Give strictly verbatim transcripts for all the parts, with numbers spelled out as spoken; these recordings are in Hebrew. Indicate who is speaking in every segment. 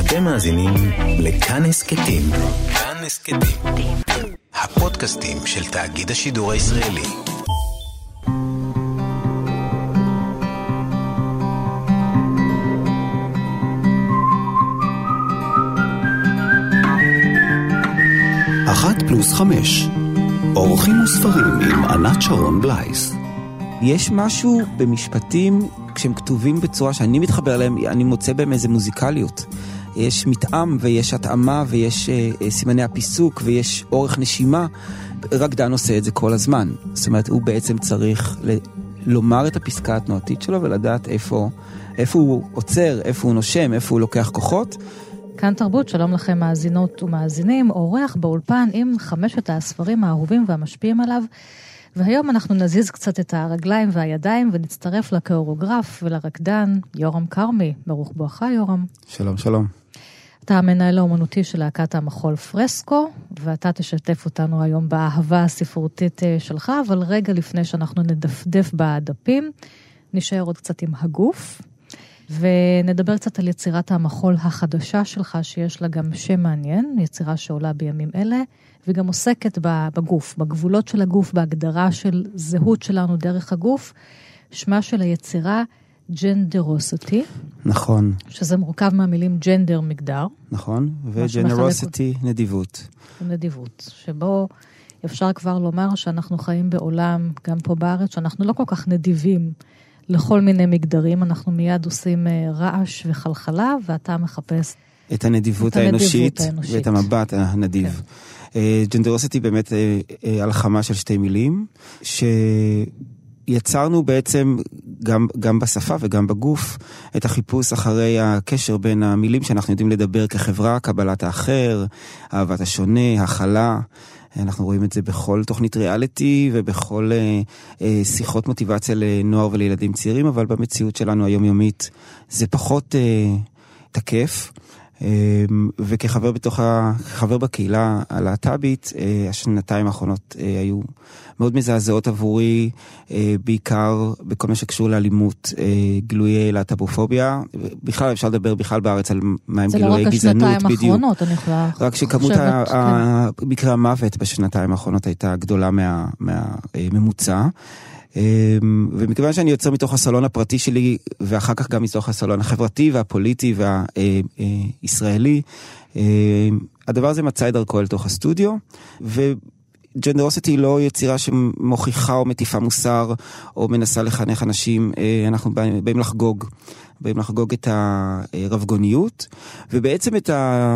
Speaker 1: אתם מאזינים לכאן הסכתים. כאן הסכתים. הפודקאסטים של תאגיד השידור הישראלי. אחת פלוס חמש. אורחים וספרים עם ענת שרון בלייס.
Speaker 2: יש משהו במשפטים, כשהם כתובים בצורה שאני מתחבר להם, אני מוצא בהם איזה מוזיקליות. יש מטעם ויש התאמה ויש אה, סימני הפיסוק ויש אורך נשימה. רקדן עושה את זה כל הזמן. זאת אומרת, הוא בעצם צריך ל- לומר את הפסקה התנועתית שלו ולדעת איפה, איפה הוא עוצר, איפה הוא נושם, איפה הוא לוקח כוחות.
Speaker 3: כאן תרבות, שלום לכם מאזינות ומאזינים, אורח באולפן עם חמשת הספרים האהובים והמשפיעים עליו, והיום אנחנו נזיז קצת את הרגליים והידיים ונצטרף לקוריאוגרף ולרקדן יורם כרמי. ברוך בואך יורם.
Speaker 2: שלום שלום.
Speaker 3: אתה המנהל האומנותי של להקת המחול פרסקו, ואתה תשתף אותנו היום באהבה הספרותית שלך, אבל רגע לפני שאנחנו נדפדף בדפים, נשאר עוד קצת עם הגוף, ונדבר קצת על יצירת המחול החדשה שלך, שיש לה גם שם מעניין, יצירה שעולה בימים אלה, וגם עוסקת בגוף, בגבולות של הגוף, בהגדרה של זהות שלנו דרך הגוף. שמה של היצירה ג'נדרוסיטי.
Speaker 2: נכון.
Speaker 3: שזה מורכב מהמילים ג'נדר, מגדר.
Speaker 2: נכון, וג'נרוסיטי, נדיבות.
Speaker 3: נדיבות, שבו אפשר כבר לומר שאנחנו חיים בעולם, גם פה בארץ, שאנחנו לא כל כך נדיבים לכל מיני מגדרים, אנחנו מיד עושים רעש וחלחלה, ואתה מחפש
Speaker 2: את הנדיבות, את האנושית, האנושית ואת המבט הנדיב. כן. ג'נדרוסיטי באמת הלחמה של שתי מילים, שיצרנו בעצם גם, גם בשפה וגם בגוף, את החיפוש אחרי הקשר בין המילים שאנחנו יודעים לדבר כחברה, קבלת האחר, אהבת השונה, הכלה. אנחנו רואים את זה בכל תוכנית ריאליטי ובכל אה, אה, שיחות מוטיבציה לנוער ולילדים צעירים, אבל במציאות שלנו היומיומית זה פחות אה, תקף. אה, וכחבר בתוך ה, חבר בקהילה הלהט"בית, אה, השנתיים האחרונות אה, היו מאוד מזעזעות עבורי, אה, בעיקר בכל מה שקשור לאלימות, אה, גילויי להט"בופוביה. בכלל אפשר לדבר בכלל בארץ על מה הם גילויי גזענות.
Speaker 3: זה לא רק השנתיים האחרונות, אני יכולה
Speaker 2: רק שכמות מקרה המוות בשנתיים האחרונות הייתה גדולה מהממוצע. ומכיוון שאני יוצר מתוך הסלון הפרטי שלי, ואחר כך גם מתוך הסלון החברתי והפוליטי והישראלי, הדבר הזה מצא את דרכו אל תוך הסטודיו, וג'נדרוסיטי היא לא יצירה שמוכיחה או מטיפה מוסר, או מנסה לחנך אנשים. אנחנו באים לחגוג. באים לחגוג את הרבגוניות, ובעצם את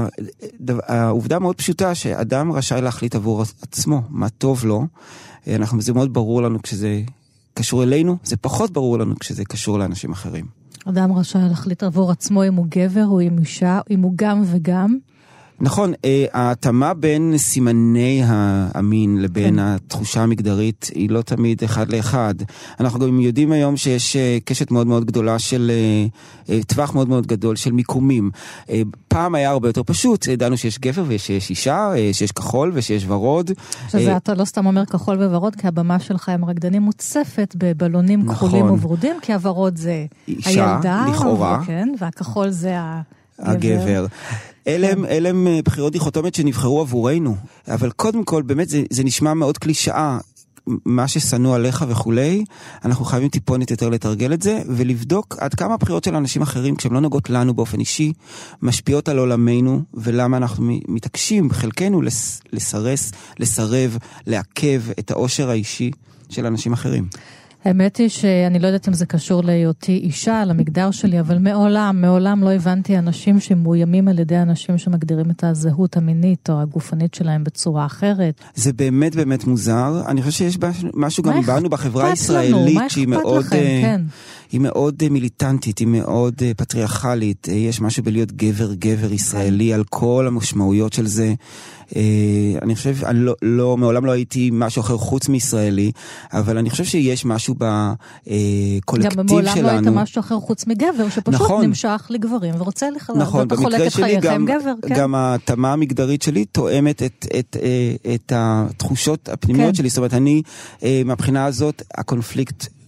Speaker 2: העובדה מאוד פשוטה, שאדם רשאי להחליט עבור עצמו מה טוב לו. אנחנו, זה מאוד ברור לנו כשזה קשור אלינו, זה פחות ברור לנו כשזה קשור לאנשים אחרים.
Speaker 3: אדם רשאי להחליט עבור עצמו אם הוא גבר או אם אישה, אם הוא גם וגם.
Speaker 2: נכון, ההתאמה בין סימני המין לבין התחושה המגדרית היא לא תמיד אחד לאחד. אנחנו גם יודעים היום שיש קשת מאוד מאוד גדולה של, טווח מאוד מאוד גדול של מיקומים. פעם היה הרבה יותר פשוט, ידענו שיש גבר ושיש אישה, שיש כחול ושיש ורוד.
Speaker 3: שזה אתה לא סתם אומר כחול וורוד, כי הבמה שלך עם רקדנים מוצפת בבלונים כחולים וברודים, כי הוורוד זה הילדה,
Speaker 2: לכאורה,
Speaker 3: והכחול זה
Speaker 2: הגבר. אלה הם בחירות דיכוטומיות שנבחרו עבורנו, אבל קודם כל באמת זה, זה נשמע מאוד קלישאה, מה ששנוא עליך וכולי. אנחנו חייבים טיפונת יותר לתרגל את זה, ולבדוק עד כמה הבחירות של אנשים אחרים, כשהם לא נוגעות לנו באופן אישי, משפיעות על עולמנו, ולמה אנחנו מתעקשים חלקנו לסרס, לסרב, לעכב את האושר האישי של אנשים אחרים.
Speaker 3: האמת היא שאני לא יודעת אם זה קשור להיותי אישה, למגדר שלי, אבל מעולם, מעולם לא הבנתי אנשים שמאוימים על ידי אנשים שמגדירים את הזהות המינית או הגופנית שלהם בצורה אחרת.
Speaker 2: זה באמת באמת מוזר. אני חושב שיש משהו גם בנו בחברה הישראלית שהיא מאוד, היא מאוד מיליטנטית, היא מאוד פטריארכלית. יש משהו בלהיות גבר, גבר ישראלי על כל המשמעויות של זה. אני חושב, אני לא, לא, מעולם לא הייתי משהו אחר חוץ מישראלי, אבל אני חושב שיש משהו בקולקטיב שלנו. גם מעולם לא היית משהו
Speaker 3: אחר חוץ מגבר, שפשוט נכון, נמשך לגברים ורוצה לחלק.
Speaker 2: נכון, במקרה שלי גם, כן? גם התאמה המגדרית שלי תואמת את, את, את, את התחושות הפנימיות כן. שלי. זאת אומרת, אני, מהבחינה הזאת, הקונפליקט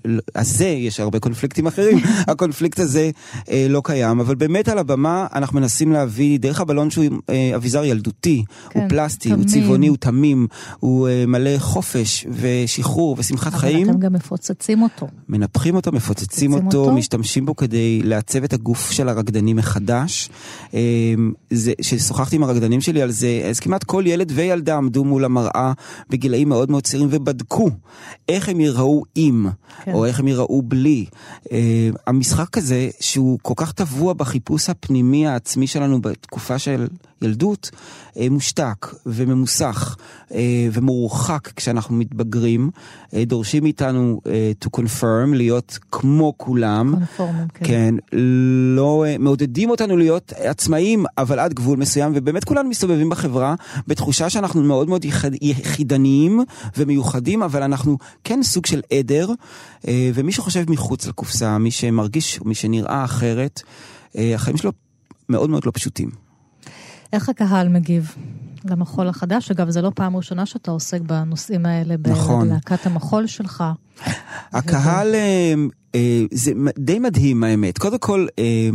Speaker 2: הזה, יש הרבה קונפליקטים אחרים, הקונפליקט הזה אה, לא קיים, אבל באמת על הבמה אנחנו מנסים להביא דרך הבלון שהוא אה, אביזר ילדותי, כן, הוא פלסטי, תמים. הוא צבעוני, הוא תמים, הוא אה, מלא חופש ושחרור ושמחת
Speaker 3: אבל
Speaker 2: חיים.
Speaker 3: אבל אתם גם מפוצצים אותו.
Speaker 2: מנפחים אותו, מפוצצים אותו, אותו, משתמשים בו כדי לעצב את הגוף של הרקדנים מחדש. אה, זה, ששוחחתי עם הרקדנים שלי על זה, אז כמעט כל ילד וילדה עמדו מול המראה בגילאים מאוד מאוד צעירים ובדקו איך הם יראו עם, כן. או איך הם יראו בלי. Uh, המשחק הזה, שהוא כל כך טבוע בחיפוש הפנימי העצמי שלנו בתקופה של ילדות, uh, מושתק וממוסך uh, ומורחק כשאנחנו מתבגרים, uh, דורשים מאיתנו uh, to confirm, להיות כמו כולם.
Speaker 3: קונפורמים, כן.
Speaker 2: כן, לא, uh, מעודדים אותנו להיות עצמאים, אבל עד גבול מסוים, ובאמת כולנו מסתובבים בחברה, בתחושה שאנחנו מאוד מאוד יחד, יחידניים ומיוחדים, אבל אנחנו כן סוג של עדר, uh, ומי שחושב מחוץ לקופסה, מי שמרגיש, מי שנראה אחרת, uh, החיים שלו מאוד מאוד לא פשוטים. איך
Speaker 3: הקהל מגיב למחול החדש? אגב, זה לא פעם ראשונה שאתה עוסק בנושאים האלה, נכון. בלהקת המחול שלך.
Speaker 2: הקהל, זה די מדהים האמת. קודם כל,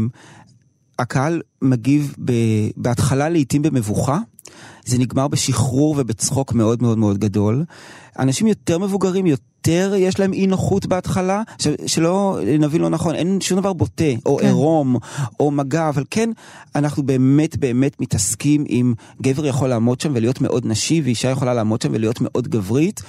Speaker 2: הקהל מגיב בהתחלה לעתים במבוכה, זה נגמר בשחרור ובצחוק מאוד מאוד מאוד גדול. אנשים יותר מבוגרים, יותר יש להם אי נוחות בהתחלה, ש- שלא נבין לא נכון, אין שום דבר בוטה, או כן. עירום, או מגע, אבל כן, אנחנו באמת באמת מתעסקים עם גבר יכול לעמוד שם ולהיות מאוד נשי, ואישה יכולה לעמוד שם ולהיות מאוד גברית.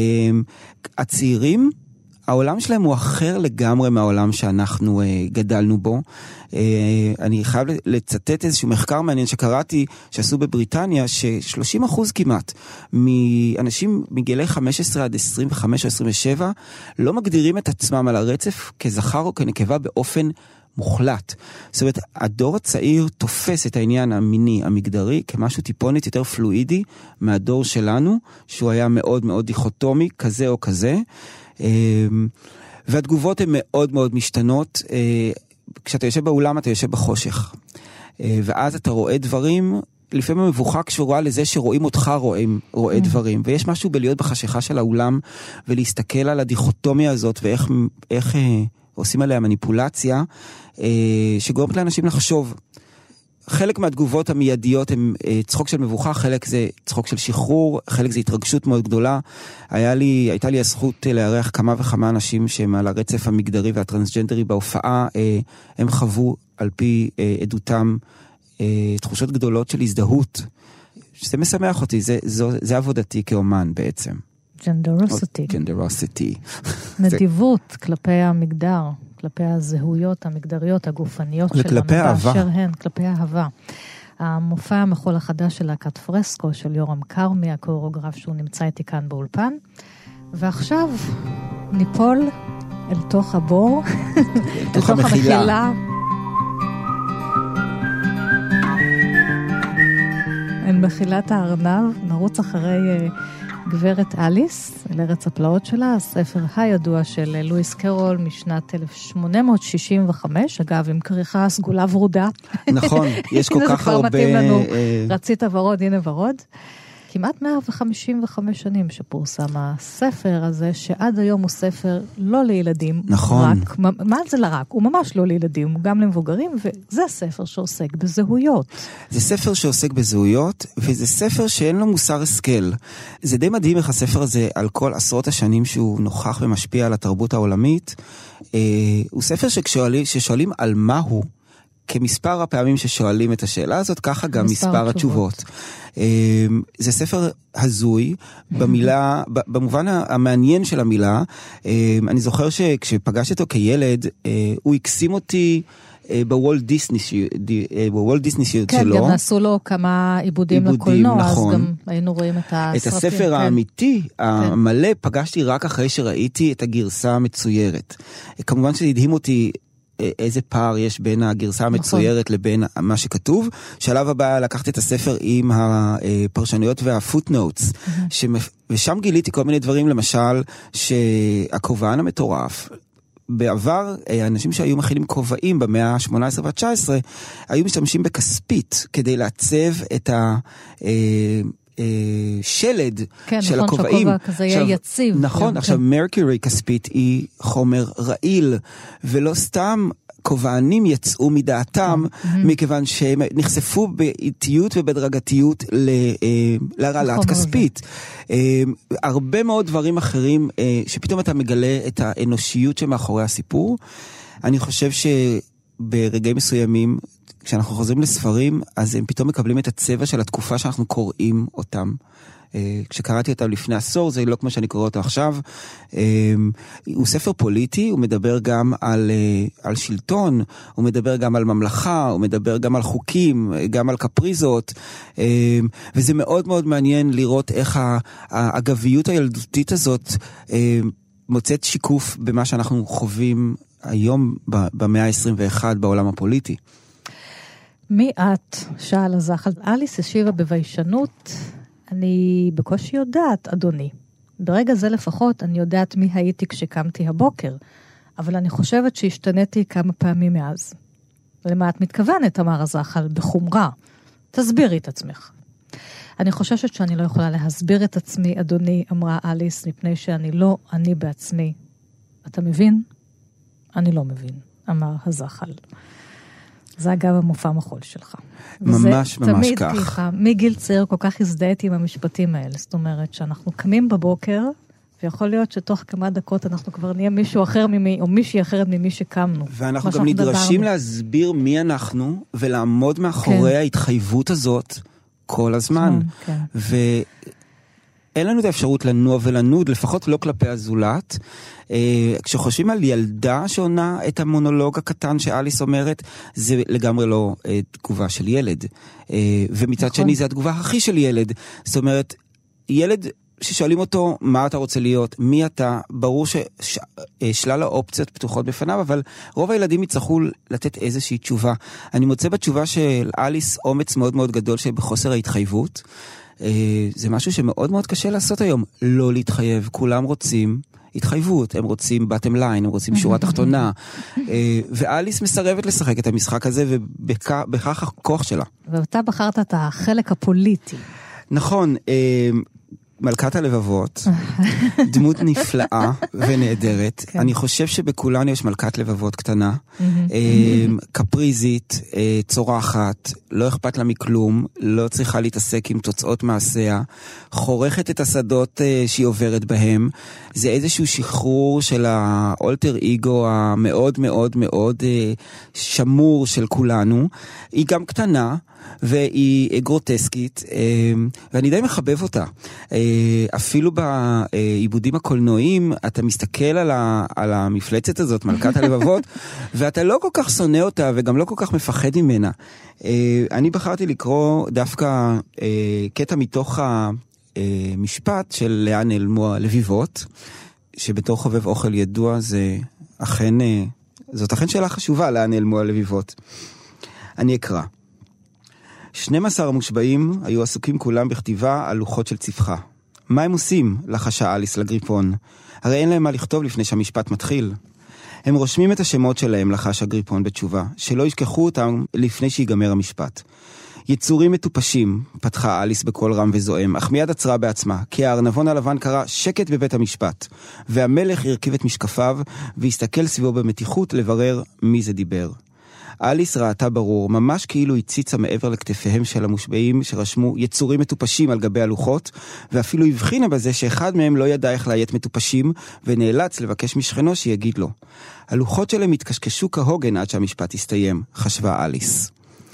Speaker 2: הצעירים, העולם שלהם הוא אחר לגמרי מהעולם שאנחנו uh, גדלנו בו. Uh, אני חייב לצטט איזשהו מחקר מעניין שקראתי, שעשו בבריטניה, ש-שלושים אחוז כמעט מאנשים מגילי חמש עשרה עד עשרים וחמש או עשרים ושבע לא מגדירים את עצמם על הרצף כזכר או כנקבה באופן מוחלט. זאת אומרת, הדור הצעיר תופס את העניין המיני, המגדרי, כמשהו טיפונת יותר פלואידי מהדור שלנו, שהוא היה מאוד מאוד דיכוטומי, כזה או כזה. והתגובות הן מאוד מאוד משתנות. כשאתה יושב באולם אתה יושב בחושך, ואז אתה רואה דברים, לפעמים מבוכה קשורה לזה שרואים אותך רואים, רואה דברים, ויש משהו בלהיות בחשיכה של האולם ולהסתכל על הדיכוטומיה הזאת ואיך איך, עושים עליה מניפולציה שגורמת לאנשים לחשוב. חלק מהתגובות המיידיות הם צחוק של מבוכה, חלק זה צחוק של שחרור, חלק זה התרגשות מאוד גדולה. היה לי, הייתה לי הזכות לארח כמה וכמה אנשים שהם על הרצף המגדרי והטרנסג'נדרי בהופעה, הם חוו על פי עדותם תחושות גדולות של הזדהות, שזה משמח אותי, זה, זה, זה עבודתי כאומן בעצם.
Speaker 3: ג'נדרוסיטי.
Speaker 2: ג'נדרוסיטי.
Speaker 3: נדיבות כלפי המגדר. כלפי הזהויות המגדריות הגופניות שלנו,
Speaker 2: וכלפי אהבה.
Speaker 3: באשר הן, כלפי אהבה. המופע המחול החדש של להקת פרסקו, של יורם קרמי, הקוריאוגרף שהוא נמצא איתי כאן באולפן. ועכשיו ניפול אל תוך הבור,
Speaker 2: אל תוך המחילה.
Speaker 3: אל מחילת הארנב, נרוץ אחרי גברת אליס, אל ארץ הפלאות שלה, הספר הידוע של לואיס קרול משנת אלף שמונה מאות שישים וחמש, אגב, עם כריכה סגולה ורודה.
Speaker 2: נכון, יש כל כך הרבה...
Speaker 3: זה כבר מתאים לנו, רצית ורוד, הנה ורוד. כמעט מאה וחמישים וחמש שנים שפורסם הספר הזה, שעד היום הוא ספר לא לילדים.
Speaker 2: נכון.
Speaker 3: רק, מה זה לרק? הוא ממש לא לילדים, הוא גם למבוגרים, וזה ספר שעוסק בזהויות.
Speaker 2: זה ספר שעוסק בזהויות, וזה ספר שאין לו מוסר השכל. זה די מדהים איך הספר הזה, על כל עשרות השנים שהוא נוכח ומשפיע על התרבות העולמית, אה, הוא ספר שכשואלים, ששואלים על מה הוא, כמספר הפעמים ששואלים את השאלה הזאת, ככה גם מספר, מספר התשובות. זה ספר הזוי, במילה, במובן המעניין של המילה. אני זוכר שכשפגש אותו כילד, הוא הקסים אותי בוולט דיסני, בוולט דיסני שלו.
Speaker 3: כן, גם נעשו לו כמה עיבודים לקולנוע,
Speaker 2: נכון.
Speaker 3: אז גם היינו רואים את הסרטים.
Speaker 2: את הספר כן. האמיתי, המלא, פגשתי רק אחרי שראיתי את הגרסה המצוירת. כמובן שהדהים אותי איזה פער יש בין הגרסה המצוירת נכון. לבין מה שכתוב. שלב הבא לקחת את הספר עם הפרשנויות והפוטנוטס, mm-hmm. שמפ... ושם גיליתי כל מיני דברים, למשל שהכובען המטורף, בעבר אנשים שהיו מכינים כובעים במאה ה-שמונה עשרה וה-תשע עשרה, היו משתמשים בכספית כדי לעצב את ה... שלד
Speaker 3: כן,
Speaker 2: של
Speaker 3: נכון,
Speaker 2: הכובעים.
Speaker 3: שהכובע כזה יהיה יציב.
Speaker 2: נכון,
Speaker 3: גם,
Speaker 2: עכשיו
Speaker 3: כן.
Speaker 2: מרקיורי כספית היא חומר רעיל, ולא סתם כובענים יצאו מדעתם, מכיוון שהם נחשפו באיטיות ובדרגתיות לרעלת כספית. הרבה מאוד דברים אחרים, שפתאום אתה מגלה את האנושיות שמאחורי הסיפור. אני חושב שברגעים מסוימים, כשאנחנו חוזרים לספרים, אז הם פתאום מקבלים את הצבע של התקופה שאנחנו קוראים אותם. כשקראתי אותם לפני עשור, זה לא כמו שאני קורא אותו עכשיו. הוא ספר פוליטי, הוא מדבר גם על, על שלטון, הוא מדבר גם על ממלכה, הוא מדבר גם על חוקים, גם על קפריזות, וזה מאוד מאוד מעניין לראות איך האגביות הילדותית הזאת מוצאת שיקוף במה שאנחנו חווים היום במאה ה-עשרים ואחת בעולם הפוליטי.
Speaker 3: מי את, שאל הזחל? אליס השיבה בביישנות, אני בקושי יודעת, אדוני. ברגע זה לפחות אני יודעת מי הייתי כשקמתי הבוקר, אבל אני חושבת שהשתניתי כמה פעמים מאז. למה את מתכוונת, אמר הזחל, בחומרה. תסבירי את עצמך. אני חוששת שאני לא יכולה להסביר את עצמי, אדוני, אמרה אליס, מפני שאני לא אני בעצמי. אתה מבין? אני לא מבין, אמר הזחל. זה אגב המופע מחול שלך.
Speaker 2: ממש ממש
Speaker 3: תמיד
Speaker 2: כך.
Speaker 3: ככה, מגיל צעיר כל כך הזדהיתי עם המשפטים האלה. זאת אומרת שאנחנו קמים בבוקר, ויכול להיות שתוך כמה דקות אנחנו כבר נהיה מישהו אחר ממי, או מישהי אחרת ממי שקמנו.
Speaker 2: ואנחנו גם נדרשים דברנו. להסביר מי אנחנו, ולעמוד מאחורי כן. ההתחייבות הזאת כל הזמן. כן. ואין לנו את האפשרות לנוע ולנוד, לפחות לא כלפי הזולת. כשחושבים על ילדה שעונה את המונולוג הקטן שאליס אומרת, זה לגמרי לא תגובה של ילד. ומצד נכון. שני זה התגובה הכי של ילד. זאת אומרת, ילד ששואלים אותו מה אתה רוצה להיות, מי אתה, ברור ששלל האופציות פתוחות בפניו, אבל רוב הילדים יצטרכו לתת איזושהי תשובה. אני מוצא בתשובה של אליס אומץ מאוד מאוד גדול שבחוסר ההתחייבות. זה משהו שמאוד מאוד קשה לעשות היום. לא להתחייב, כולם רוצים התחייבות, הם רוצים bottom line, הם רוצים שורה תחתונה, ואליס מסרבת לשחק את המשחק הזה, ובכך הכוח שלה.
Speaker 3: ואתה בחרת את החלק הפוליטי.
Speaker 2: נכון, מלכת הלבבות, דמות נפלאה ונהדרת. אני חושב שבכולנו יש מלכת לבבות קטנה, קפריזית, צורחת, לא אכפת לה מכלום, לא צריכה להתעסק עם תוצאות מעשיה, חורכת את השדות שהיא עוברת בהם. זה איזשהו שחרור של האולטר איגו המאוד מאוד מאוד שמור של כולנו. היא גם קטנה, והיא גרוטסקית, ואני די מחבב אותה. אפילו בעיבודים הקולנועיים, אתה מסתכל על, ה, על המפלצת הזאת, מלכת הלבבות, ואתה לא כל כך שונא אותה, וגם לא כל כך מפחד ממנה. אני בחרתי לקרוא דווקא קטע מתוך המשפט של לאן נעלמו הלביבות, שבתור חובב אוכל ידוע, זה אכן, זאת אכן שאלה חשובה, לאן נעלמו הלביבות. אני אקרא. שנים עשר המושבעים היו עסוקים כולם בכתיבה על לוחות של צפחה. מה הם עושים? לחשה אליס לגריפון. הרי אין להם מה לכתוב לפני שהמשפט מתחיל. הם רושמים את השמות שלהם, לחש הגריפון בתשובה, שלא ישכחו אותם לפני שיגמר המשפט. יצורים מטופשים, פתחה אליס בקול רם וזועם, אך מיד עצרה בעצמה, כי הארנבון הלבן קרא שקט בבית המשפט, והמלך הרכיב את משקפיו והסתכל סביבו במתיחות לברר מי זה דיבר. אליס ראתה ברור, ממש כאילו הציצה מעבר לכתפיהם של המושבעים שרשמו יצורים מטופשים על גבי הלוחות, ואפילו הבחינה בזה שאחד מהם לא ידע איך להיית מטופשים, ונאלץ לבקש משכנו שיגיד לו. הלוחות שלהם התקשקשו כהוגן עד שהמשפט הסתיים, חשבה אליס.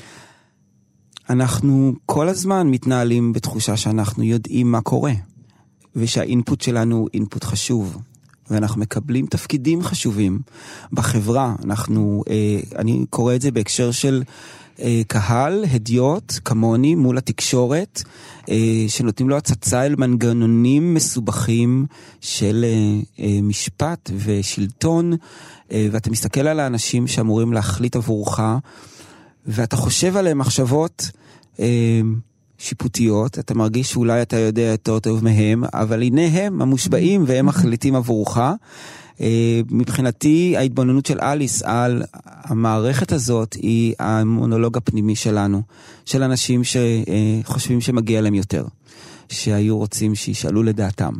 Speaker 2: אנחנו כל הזמן מתנהלים בתחושה שאנחנו יודעים מה קורה, ושהאינפוט שלנו הוא אינפוט חשוב. ואנחנו מקבלים תפקידים חשובים בחברה. אנחנו, אה, אני קורא את זה בהקשר של אה, קהל, הדיוט, כמוני, מול התקשורת, אה, שנותנים לו הצצה אל מנגנונים מסובכים של אה, אה, משפט ושלטון, אה, ואתה מסתכל על האנשים שאמורים להחליט עבורך, ואתה חושב עליהם מחשבות אה, שיפוטיות, אתה מרגיש שאולי אתה יודע יותר טוב מהם, אבל הנה הם המושבעים והם מחליטים עבורך, מבחינתי ההתבוננות של אליס על המערכת הזאת היא המונולוג הפנימי שלנו, של אנשים שחושבים שמגיע להם יותר, שהיו רוצים שישאלו לדעתם.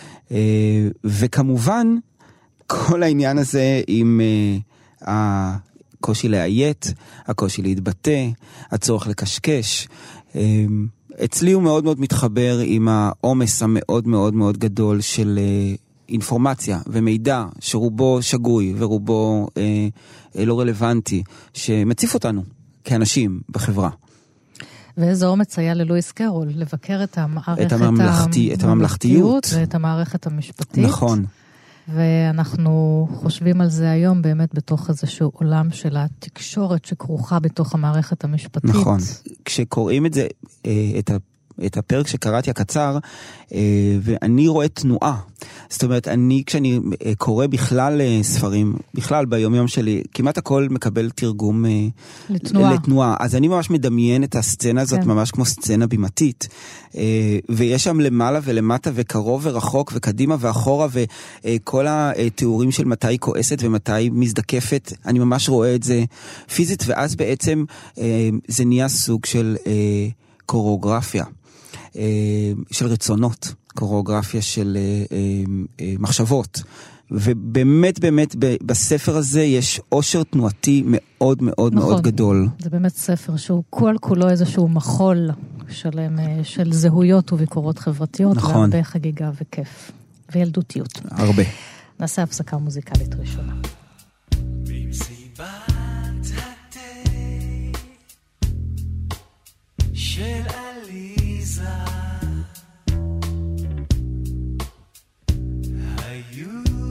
Speaker 2: וכמובן כל העניין הזה עם הקושי להיית, הקושי להתבטא, הצורך לקשקש, אצלי הוא מאוד מאוד מתחבר עם העומס המאוד מאוד מאוד גדול של אינפורמציה ומידע שרובו שגוי ורובו אה, לא רלוונטי, שמציף אותנו כאנשים בחברה.
Speaker 3: ואיזה אומץ היה ללואיס קרול, לבקר את המערכת
Speaker 2: את הממלכתי, את הממלכתיות
Speaker 3: ואת המערכת המשפטית.
Speaker 2: נכון.
Speaker 3: ואנחנו חושבים על זה היום באמת בתוך איזשהו עולם של התקשורת שכרוכה בתוך המערכת המשפטית.
Speaker 2: נכון. כשקוראים את זה, את ה... את הפרק שקראתי הקצר, ואני רואה תנועה. זאת אומרת, אני, כשאני קורא בכלל ספרים, בכלל ביום יום שלי, כמעט הכל מקבל תרגום לתנועה. לתנועה. אז אני ממש מדמיין את הסצנה הזאת, כן. ממש כמו סצנה בימתית. ויש שם למעלה ולמטה וקרוב ורחוק וקדימה ואחורה, וכל התיאורים של מתי היא כועסת ומתי מזדקפת, אני ממש רואה את זה פיזית, ואז בעצם זה נהיה סוג של קוריאוגרפיה. של רצונות, קוריאוגרפיה של מחשבות. ובאמת באמת בספר הזה יש עושר תנועתי מאוד מאוד מאוד גדול.
Speaker 3: זה באמת ספר שהוא כל כולו איזשהו מחול של זהויות וביקורות חברתיות, והרבה חגיגה וכיף וילדותיות.
Speaker 2: הרבה.
Speaker 3: נעשה הפסקה מוזיקלית ראשונה. של עליזה היו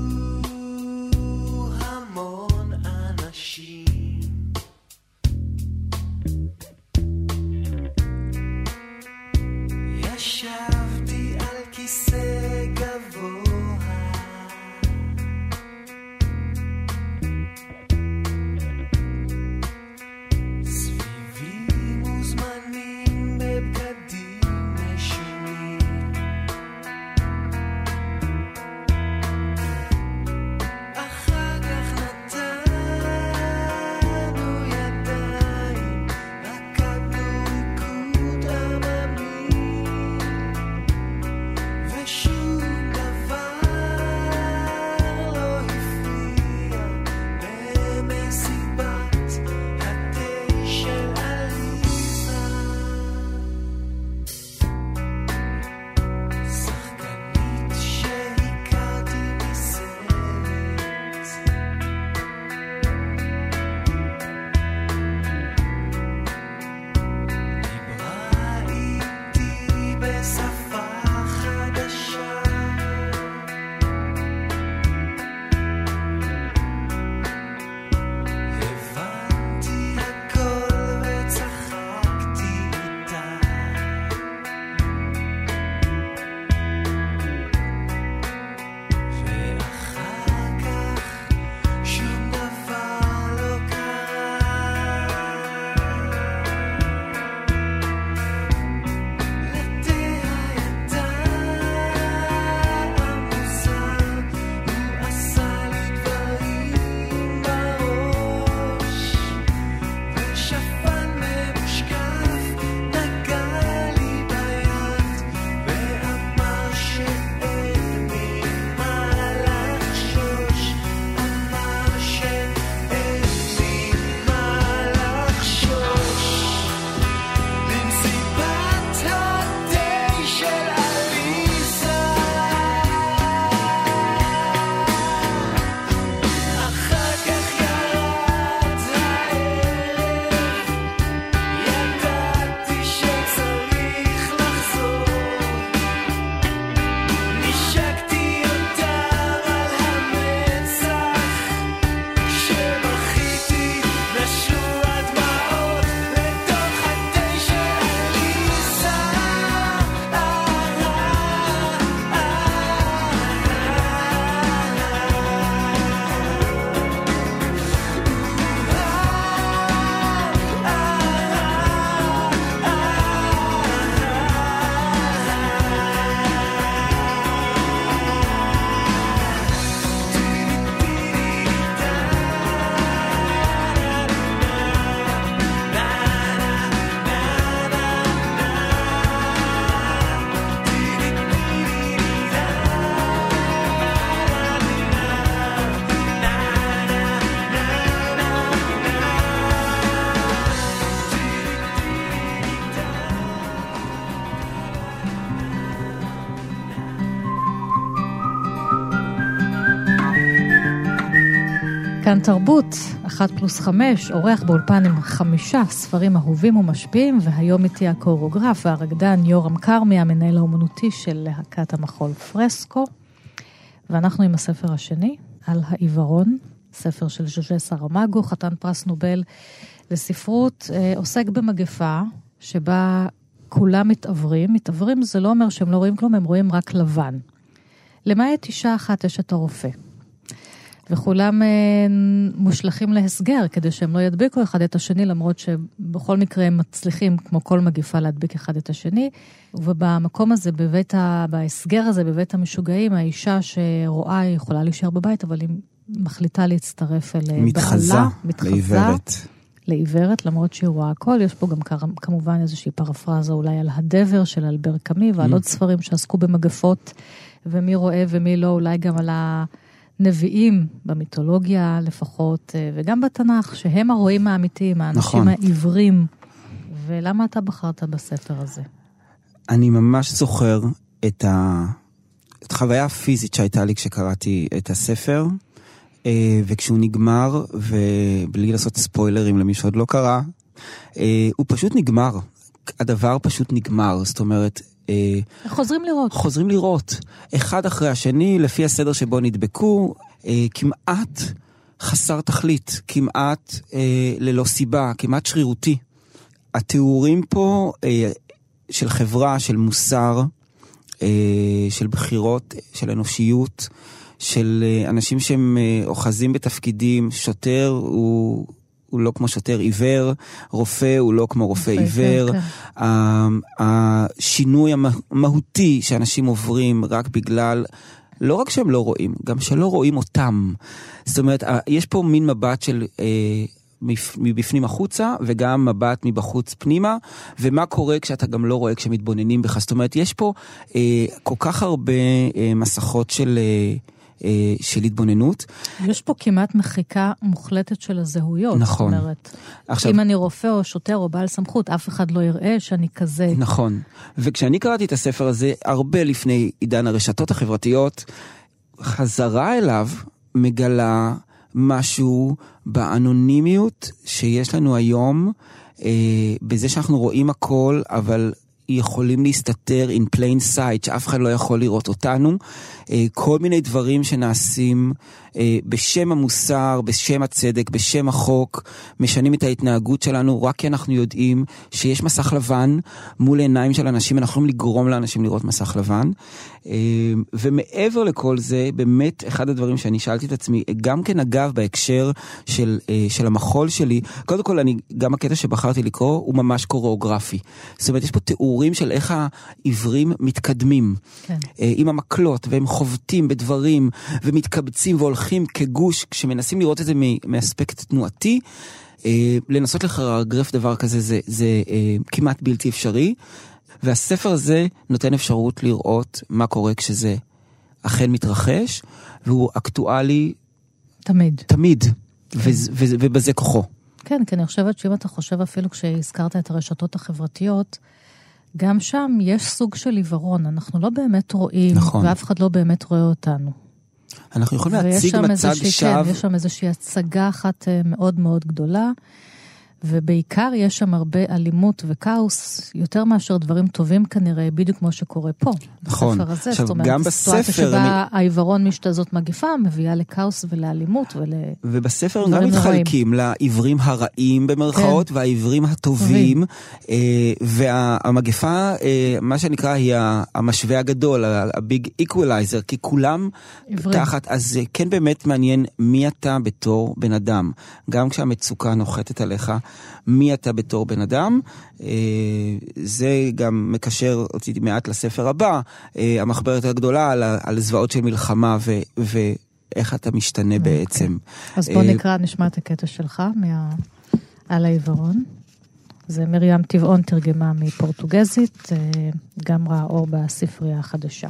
Speaker 3: המון אנשים ישבתי על כיסא גבוה כאן תרבות, אחת פלוס חמש, אורח באולפן עם חמישה ספרים אהובים ומשפיעים, והיום איתי הקוריאוגרף והרקדן יורם כרמי, המנהל האומנותי של להקת המחול פרסקו. ואנחנו עם הספר השני, על העיוורון, ספר של ז'וז'ה סרמגו, חתן פרס נובל לספרות, עוסק במגפה שבה כולם מתעברים. מתעברים זה לא אומר שהם לא רואים כלום, הם רואים רק לבן. למעט אישה אחת אשת הרופא. וכולם מושלכים להסגר, כדי שהם לא ידביקו אחד את השני, למרות שבכל מקרה הם מצליחים, כמו כל מגיפה, להדביק אחד את השני. ובמקום הזה, בבית ה... בהסגר הזה, בבית המשוגעים, האישה שרואה היא יכולה להישאר בבית, אבל היא מחליטה להצטרף אל
Speaker 2: מתחזה,
Speaker 3: בעלה. מתחזה,
Speaker 2: לעיוורת.
Speaker 3: לעיוורת, למרות שהיא רואה הכל. יש פה גם כמובן איזושהי פרפרזה אולי על הדבר של אלבר קאמי, ועל עוד ספרים שעסקו במגפות, ומי רואה ומי לא, אולי גם על ה... נביאים במיתולוגיה לפחות, וגם בתנ"ך, שהם הרואים האמיתיים, האנשים נכון. העיוורים. ולמה אתה בחרת בספר הזה? אני
Speaker 2: ממש זוכר את, ה... את החוויה הפיזית שהייתה לי כשקראתי את הספר, וכשהוא נגמר, ובלי לעשות ספוילרים למי שעוד לא קרא, הוא פשוט נגמר. הדבר פשוט נגמר, זאת אומרת,
Speaker 3: חוזרים לראות.
Speaker 2: חוזרים לראות. אחד אחרי השני, לפי הסדר שבו נדבקו, כמעט חסר תכלית, כמעט ללא סיבה, כמעט שרירותי. התיאורים פה של חברה, של מוסר, של בחירות, של אנושיות, של אנשים שהם אוחזים בתפקידים, שוטר הוא... הוא לא כמו שוטר עיוור, רופא הוא לא כמו רופא עיוור, השינוי המהותי שאנשים עוברים רק בגלל, לא רק שהם לא רואים, גם שלא רואים אותם. זאת אומרת, יש פה מין מבט של מבפנים החוצה, וגם מבט מבחוץ פנימה, ומה קורה כשאתה גם לא רואה כשמתבוננים בך. זאת אומרת, יש פה כל כך הרבה מסכות של... של התבוננות.
Speaker 3: יש פה כמעט מחיקה מוחלטת של הזהויות.
Speaker 2: נכון.
Speaker 3: זאת אומרת, עכשיו, אם אני רופא או שוטר או בעל סמכות, אף אחד לא יראה שאני כזה.
Speaker 2: נכון. וכשאני קראתי את הספר הזה, הרבה לפני עידן הרשתות החברתיות, חזרה אליו מגלה משהו באנונימיות שיש לנו היום, אה, בזה שאנחנו רואים הכל, אבל... יכולים להסתתר in plain sight, שאף אחד לא יכול לראות אותנו, כל מיני דברים שנעשים בשם המוסר, בשם הצדק, בשם החוק, משנים את ההתנהגות שלנו, רק כי אנחנו יודעים שיש מסך לבן מול עיניים של אנשים, אנחנו יכולים לגרום לאנשים לראות מסך לבן, ומעבר לכל זה, באמת אחד הדברים שאני שאלתי את עצמי, גם כן אגב בהקשר של, של המחול שלי, קודם כל אני, גם הקטע שבחרתי לקרוא, הוא ממש קוריאוגרפי. זאת אומרת, יש פה תיאורים של איך העברים מתקדמים, כן. עם המקלות, והם חובטים בדברים, ומתקבצים והולכים כגוש, כשמנסים לראות את זה מאספקט תנועתי, לנסות לחרגרף דבר כזה, זה, זה כמעט בלתי אפשרי, והספר הזה נותן אפשרות לראות מה קורה כשזה אכן מתרחש, והוא אקטואלי
Speaker 3: תמיד.
Speaker 2: תמיד, ו- ו- ובזה כוחו.
Speaker 3: כן, כי אני חושבת שאם אתה חושב אפילו כשהזכרת את הרשתות החברתיות, גם שם יש סוג של עיוורון, אנחנו לא באמת רואים, נכון. ואף אחד לא באמת רואה אותנו.
Speaker 2: אנחנו יכולים להציג מצג שווא.
Speaker 3: כן, יש שם איזושהי הצגה אחת מאוד מאוד גדולה, ובעיקר יש שם הרבה אלימות וכאוס, יותר מאשר דברים טובים כנראה, בדיוק כמו שקורה פה.
Speaker 2: נכון.
Speaker 3: בספר הזה, עכשיו, זאת אומרת, גם בספר... שבה אני... העיוורון משתזות מגיפה, מביאה לכאוס ולאלימות ול...
Speaker 2: ובספר גם מתחלקים לעברים הרעים במרכאות, כן. והעברים הטובים, אה, והמגפה, אה, מה שנקרא, היא המשווה הגדול, הביג איקוולייזר, כי כולם עברים. תחת, אז כן באמת מעניין מי אתה בתור בן אדם. גם כשהמצוקה נוחתת עליך, מי אתה בתור בן אדם, זה גם מקשר אותי מעט לספר הבא, המחברת הגדולה על, על זוועות של מלחמה ו, ואיך אתה משתנה okay. בעצם.
Speaker 3: אז בוא נקרא, נשמע את הקטע שלך מה... על העיוורון. זה מרים טבעון תרגמה מפורטוגזית, גם ראה אור בספרייה החדשה.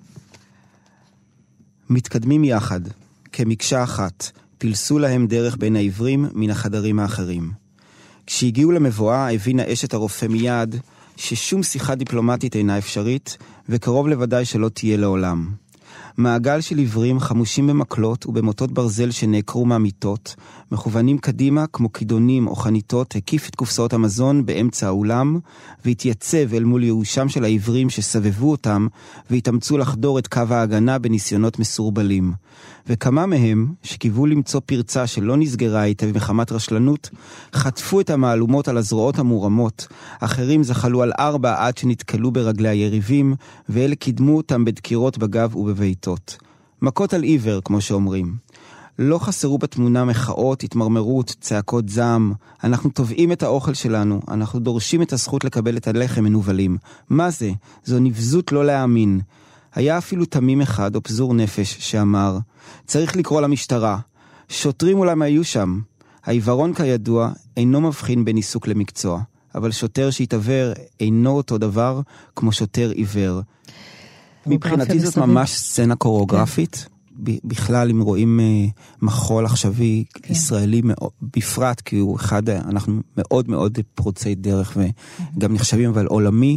Speaker 2: מתקדמים יחד, כמקשה אחת, פילסו להם דרך בין העברים מן החדרים האחרים. כשהגיעו למבואה, הבינה אשת הרופא מיד ששום שיחה דיפלומטית אינה אפשרית, וקרוב לוודאי שלא תהיה לעולם. מעגל של עיוורים חמושים במקלות ובמוטות ברזל שנעקרו מהמיטות, מכוונים קדימה כמו כידונים או חניתות, הקיף את קופסאות המזון באמצע האולם, והתייצב אל מול ייאושם של העיוורים שסבבו אותם, והתאמצו לחדור את קו ההגנה בניסיונות מסורבלים. וכמה מהם, שקיוו למצוא פרצה שלא נסגרה היטב מחמת רשלנות, חטפו את המעלומות על הזרועות המורמות, אחרים זחלו על ארבע עד שנתקלו ברגלי היריבים, ואלה קידמו אותם בדקירות בגב ובביתות. מכות על עיוור, כמו שאומרים. לא חסרו בתמונה מחאות, התמרמרות, צעקות זעם. אנחנו תובעים את האוכל שלנו, אנחנו דורשים את הזכות לקבל את הלחם מנובלים. מה זה? זו נבזות לא להאמין. היה אפילו תמים אחד או פזור נפש שאמר, צריך לקרוא למשטרה. שוטרים אולי היו שם. העיוורון כידוע אינו מבחין בין עיסוק למקצוע, אבל שוטר שהתעבר אינו אותו דבר כמו שוטר עיוור. מבחינתי זאת ממש סצנה קוריאוגרפית. בכלל אם רואים מחול עכשווי ישראלי בפרט, כי הוא אחד, אנחנו מאוד מאוד פרוצי דרך וגם נחשבים אבל עולמי.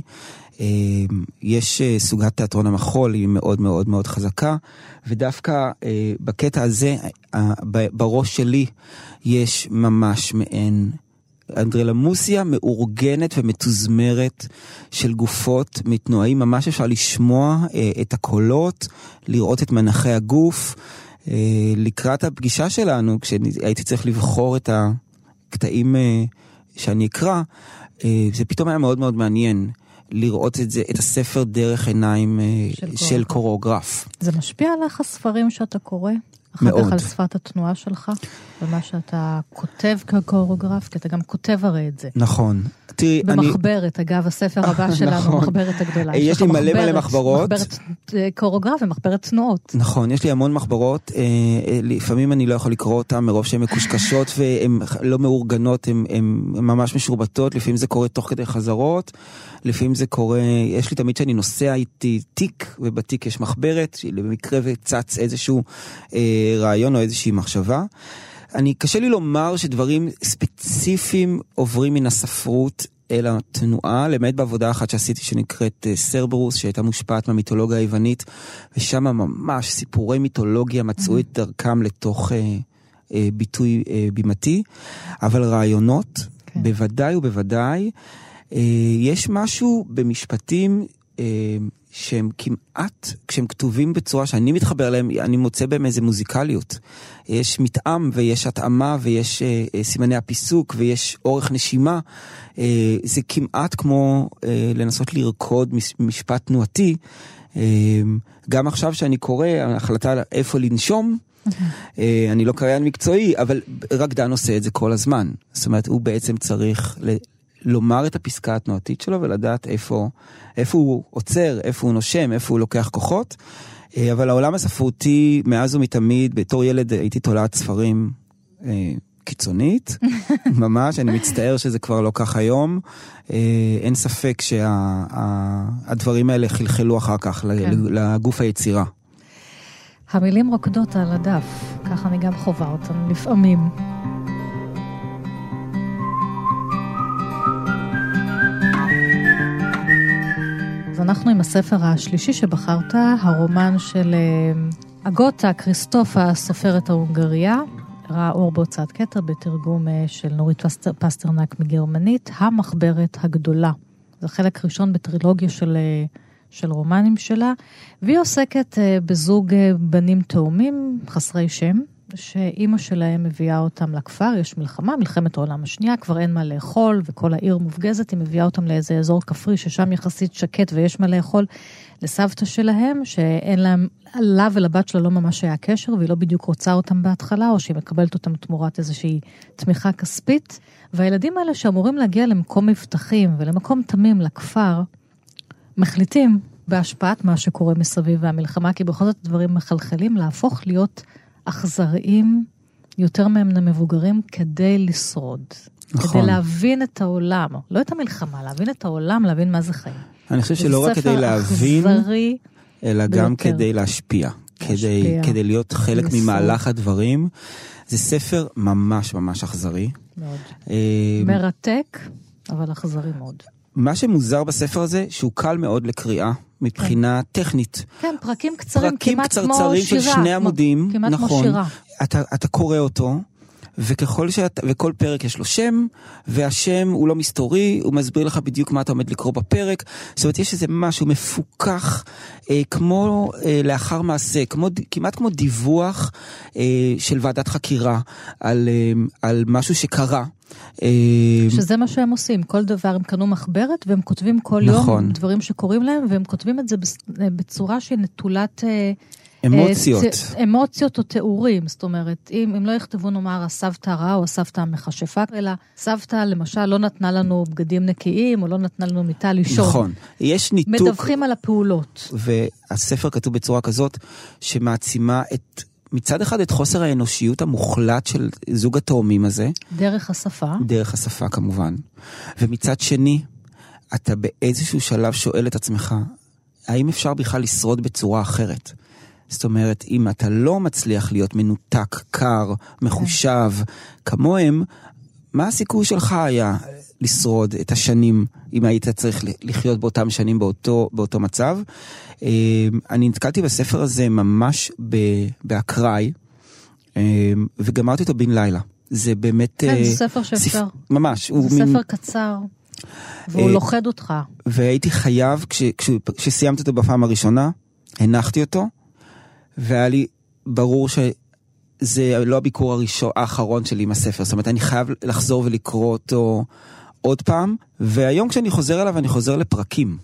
Speaker 2: יש סוגת תיאטרון המחול, היא מאוד מאוד מאוד חזקה, ודווקא בקטע הזה, בראש שלי, יש ממש מעין אנדרלמוסיה מאורגנת ומתוזמרת של גופות מתנועים, ממש אפשר לשמוע את הקולות, לראות את מנחי הגוף. לקראת הפגישה שלנו, כשהייתי צריך לבחור את הקטעים שאני אקרא, זה פתאום היה מאוד מאוד מעניין. לראות את זה, את הספר דרך עיניים של, של קוריאוגרף.
Speaker 3: זה משפיע עליך הספרים שאתה קורא? אחר
Speaker 2: מאוד.
Speaker 3: כך על שפת התנועה שלך? ומה שאתה כותב כקוריאוגרף, כי אתה גם כותב הרי את זה.
Speaker 2: נכון. תראי,
Speaker 3: במחברת,
Speaker 2: אני...
Speaker 3: אגב, הספר הבא שלנו, נכון. מחברת הגדולה.
Speaker 2: יש לי מלא מלא מחברות.
Speaker 3: מחברת קוריאוגרף ומחברת תנועות.
Speaker 2: נכון, יש לי המון מחברות. לפעמים אני לא יכול לקרוא אותן מרוב שהן מקושקשות והן לא מאורגנות, הן ממש משורבטות. לפעמים זה קורה תוך כדי חזרות. לפעמים זה קורה, יש לי תמיד שאני נוסע איתי תיק, ובתיק יש מחברת, במקרה וצץ איזשהו אה, רעיון או איזושהי מחשבה. אני, קשה לי לומר שדברים ספציפיים עוברים מן הספרות אל התנועה, למעט בעבודה אחת שעשיתי שנקראת סרברוס, שהייתה מושפעת מהמיתולוגיה היוונית, ושם ממש סיפורי מיתולוגיה מצאו את דרכם לתוך אה, אה, ביטוי אה, בימתי, אבל רעיונות, כן. בוודאי ובוודאי, יש משהו במשפטים שהם כמעט, כשהם כתובים בצורה שאני מתחבר להם, אני מוצא בהם איזה מוזיקליות. יש מטעם ויש התאמה ויש סימני הפיסוק ויש אורך נשימה. זה כמעט כמו לנסות לרקוד משפט תנועתי. גם עכשיו שאני קורא, ההחלטה איפה לנשום, אני לא קריין מקצועי, אבל רקדן עושה את זה כל הזמן. זאת אומרת, הוא בעצם צריך לומר את הפסקה התנועתית שלו ולדעת איפה, איפה הוא עוצר, איפה הוא נושם, איפה הוא לוקח כוחות. אבל העולם הספרותי, מאז ומתמיד, בתור ילד הייתי תולעת ספרים אה, קיצונית, ממש, אני מצטער שזה כבר לא כך היום. אה, אין ספק שהדברים שה, האלה חלחלו אחר כך כן. לגוף היצירה.
Speaker 3: המילים רוקדות על הדף, כך אני גם חובה אותם לפעמים. אז אנחנו עם הספר השלישי שבחרת, הרומן של אגוטה קריסטופה, הסופרת ההונגריה, ראה אור בהוצאת כתר בתרגום של נורית פסטרנק מגרמנית, המחברת הגדולה. זה חלק ראשון בטרילוגיה של, של רומנים שלה, והיא עוסקת בזוג בנים תאומים חסרי שם, שאימא שלהם מביאה אותם לכפר, יש מלחמה, מלחמת העולם השנייה, כבר אין מה לאכול, וכל העיר מופגזת, היא מביאה אותם לאיזה אזור כפרי, ששם יחסית שקט ויש מה לאכול, לסבתא שלהם, שאין להם, לה ולבת שלה לא ממש היה קשר, והיא לא בדיוק רוצה אותם בהתחלה, או שהיא מקבלת אותם תמורת איזושהי תמיכה כספית, והילדים האלה שאמורים להגיע למקום מבטחים, ולמקום תמים לכפר, מחליטים בהשפעת מה שקורה מסביב והמלחמה, כי בכל זאת דברים מחלחלים, להפוך להיות אכזריים יותר מהם למבוגרים כדי לשרוד. נכון. כדי להבין את העולם. לא את המלחמה, להבין את העולם, להבין מה זה חיים.
Speaker 2: אני חושב שלא רק כדי להבין, אלא גם ביותר. כדי להשפיע. להשפיע. כדי, כדי להיות חלק לשרוד. ממהלך הדברים. זה ספר ממש ממש אכזרי.
Speaker 3: מאוד. מרתק, אבל אכזרי מאוד.
Speaker 2: מה שמוזר בספר הזה, שהוא קל מאוד לקריאה, מבחינה כן. טכנית.
Speaker 3: כן, פרקים קצרים,
Speaker 2: פרקים
Speaker 3: כמעט כמו שירה.
Speaker 2: פרקים קצרצרים של שני עמודים,
Speaker 3: כמעט
Speaker 2: נכון.
Speaker 3: כמו שירה.
Speaker 2: אתה, אתה קורא אותו, וככל שאת, וכל פרק יש לו שם, והשם הוא לא מסתורי, הוא מסביר לך בדיוק מה אתה עומד לקרוא בפרק, זאת אומרת, יש איזה משהו מפוקח, אה, כמו אה, לאחר מעשה, כמו, כמעט כמו דיווח אה, של ועדת חקירה, על, אה, על משהו שקרה.
Speaker 3: שזה מה שהם עושים, כל דבר הם קנו מחברת, והם כותבים כל
Speaker 2: נכון.
Speaker 3: יום דברים שקורים להם, והם כותבים את זה בצורה שהיא נטולת
Speaker 2: אמוציות.
Speaker 3: אמוציות או תיאורים, זאת אומרת, אם, אם לא יכתבו נאמר הסבתא רעה או הסבתא המחשפה, אלא סבתא למשל לא נתנה לנו בגדים נקיים, או לא נתנה לנו מיטה לישון.
Speaker 2: נכון, יש ניתוק.
Speaker 3: מדווחים על הפעולות.
Speaker 2: והספר כתוב בצורה כזאת, שמעצימה את... מצד אחד את חוסר האנושיות המוחלט של זוג התאומים הזה.
Speaker 3: דרך השפה.
Speaker 2: דרך השפה כמובן. ומצד שני, אתה באיזשהו שלב שואל את עצמך, האם אפשר בכלל לשרוד בצורה אחרת? זאת אומרת, אם אתה לא מצליח להיות מנותק, קר, מחושב, כמוהם, מה הסיכוי שלך היה לשרוד את השנים, אם היית צריך לחיות באותם שנים באותו, באותו מצב? אני נתקלתי בספר הזה ממש באקראי, וגמרתי אותו בן לילה. זה באמת...
Speaker 3: כן, זה ספר שאפשר.
Speaker 2: ממש.
Speaker 3: זה ספר קצר, והוא לוחד אותך.
Speaker 2: והייתי חייב, כשסיימתי אותו בפעם הראשונה, הנחתי אותו, והיה לי ברור שזה לא הביקור הראשון, האחרון שלי עם הספר. זאת אומרת, אני חייב לחזור ולקרוא אותו עוד פעם, והיום כשאני חוזר אליו, אני חוזר לפרקים.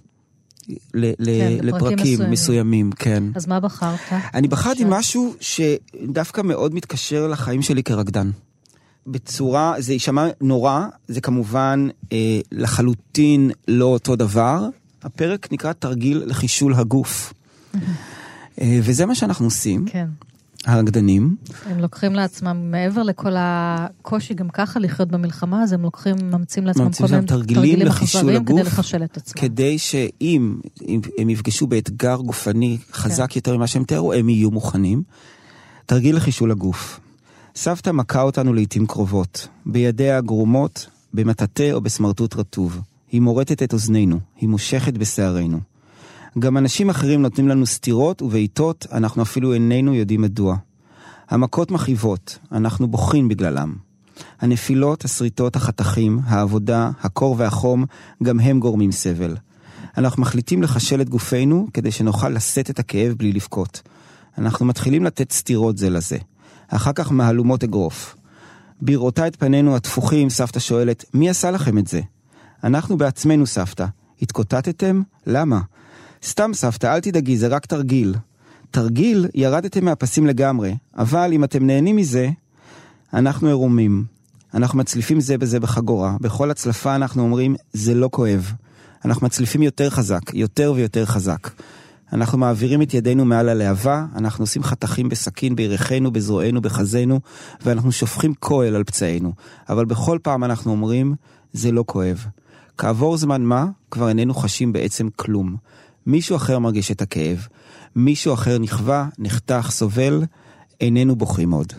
Speaker 2: לפרקים מסוימים, כן.
Speaker 3: אז מה בחרת?
Speaker 2: אני בחרתי משהו שדווקא מאוד מתקשר לחיים שלי כרקדן. בצורה, זה יישמע נורא, זה כמובן לחלוטין לא אותו דבר. הפרק נקרא תרגיל לחישול הגוף. וזה מה שאנחנו עושים. כן. הרקדנים.
Speaker 3: הם לוקחים לעצמם, מעבר לכל הקושי גם ככה לחיות במלחמה, אז הם לוקחים, ממציאים לעצמם כל מיני
Speaker 2: תרגילים לחישול הגוף,
Speaker 3: כדי לחשל את עצמם.
Speaker 2: כדי שאם הם יפגשו באתגר גופני חזק יותר ממה שהם תארו, הם יהיו מוכנים. תרגיל לחישול הגוף. סבתא מכה אותנו לעתים קרובות, בידיה הגרומות, במטאטה או בסמרטוט רטוב. היא מורטת את אוזנינו, היא מושכת בשערינו. גם אנשים אחרים נותנים לנו סתירות ובעיטות, אנחנו אפילו איננו יודעים מדוע. המכות מכאיבות, אנחנו בוכים בגללם. הנפילות, הסריטות, החתכים, העבודה, הקור והחום, גם הם גורמים סבל. אנחנו מחליטים לחשל את גופנו כדי שנוכל לשאת את הכאב בלי לבכות. אנחנו מתחילים לתת סתירות זה לזה. אחר כך מהלומות אגרוף. בראותה את פנינו התפוחים, סבתא שואלת, מי עשה לכם את זה? אנחנו בעצמנו, סבתא. התקוטטתם? למה? סתם סבתא, אל תדאגי, זה רק תרגיל. תרגיל, ירדתם מהפסים לגמרי, אבל אם אתם נהנים מזה, אנחנו ערומים. אנחנו מצליפים זה בזה בחגורה. בכל הצלפה אנחנו אומרים, זה לא כואב. אנחנו מצליפים יותר חזק, יותר ויותר חזק. אנחנו מעבירים את ידינו מעל הלהבה, אנחנו עושים חתכים בסכין, בירכנו, בזרוענו, בחזנו, ואנחנו שופכים כהל על פצעינו. אבל בכל פעם אנחנו אומרים, זה לא כואב. כעבור זמן מה, כבר איננו חשים בעצם כלום. מישהו אחר מרגיש את הכאב. מישהו אחר נכווה, נחתך, סובל, איננו בוכים עוד.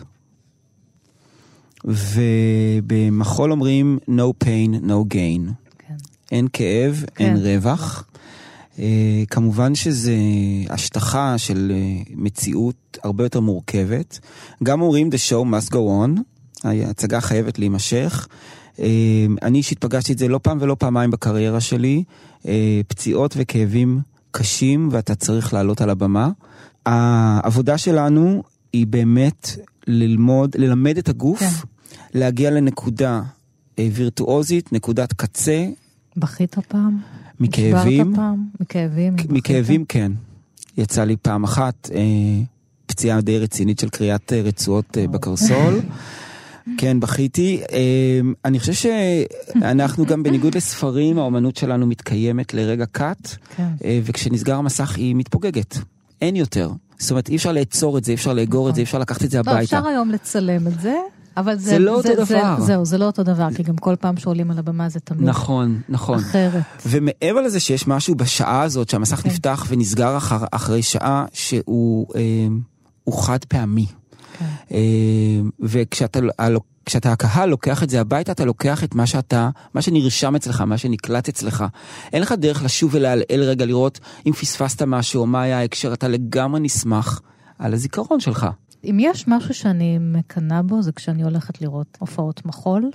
Speaker 2: ובמחול אומרים, no pain, no gain. כן. אין כאב, כן. אין רווח. Uh, כמובן שזה השטחה של uh, מציאות הרבה יותר מורכבת. גם אומרים, the show must go on. ההצגה חייבת להימשך. Uh, אני אישית פגשתי את זה לא פעם ולא פעמיים בקריירה שלי. Uh, פציעות וכאבים קשים, ואתה צריך לעלות על הבמה. העבודה שלנו היא באמת ללמוד, ללמד את הגוף, כן. להגיע לנקודה uh, וירטואוזית, נקודת קצה.
Speaker 3: בכית הפעם?
Speaker 2: מכאבים.
Speaker 3: פעם? מכאבים?
Speaker 2: מכאבים, כן. יצא לי פעם אחת אה, פציעה די רצינית של קריאת אה, רצועות אה, בקרסול. כן, בכיתי. אה, אני חושב שאנחנו גם בניגוד לספרים, האומנות שלנו מתקיימת לרגע קט, כן. אה, וכשנסגר המסך היא מתפוגגת. אין יותר. זאת אומרת, אי אפשר לעצור את זה, אי אפשר לאגור את זה, אי אפשר לקחת את זה הביתה.
Speaker 3: לא, אפשר היום לצלם את זה. אבל זה,
Speaker 2: זה לא
Speaker 3: זה,
Speaker 2: אותו
Speaker 3: זה,
Speaker 2: דבר.
Speaker 3: זה, זהו, זה לא אותו דבר, כי גם כל פעם שעולים על הבמה זה תמיד
Speaker 2: נכון, נכון.
Speaker 3: אחרת.
Speaker 2: ומעבר לזה שיש משהו בשעה הזאת, שהמסך okay. נפתח ונסגר אחר, אחרי שעה, שהוא אה, הוא חד פעמי. Okay. וכשאתה כשאתה הקהל לוקח את זה הביתה, אתה לוקח את מה שאתה, מה שנרשם אצלך, מה שנקלט אצלך. אין לך דרך לשוב ולהלעל רגע, לראות אם פספסת משהו, או מה היה ההקשר, אתה לגמרי נשמח על הזיכרון שלך.
Speaker 3: אם יש משהו שאני מקנה בו, זה כשאני הולכת לראות הופעות מחול.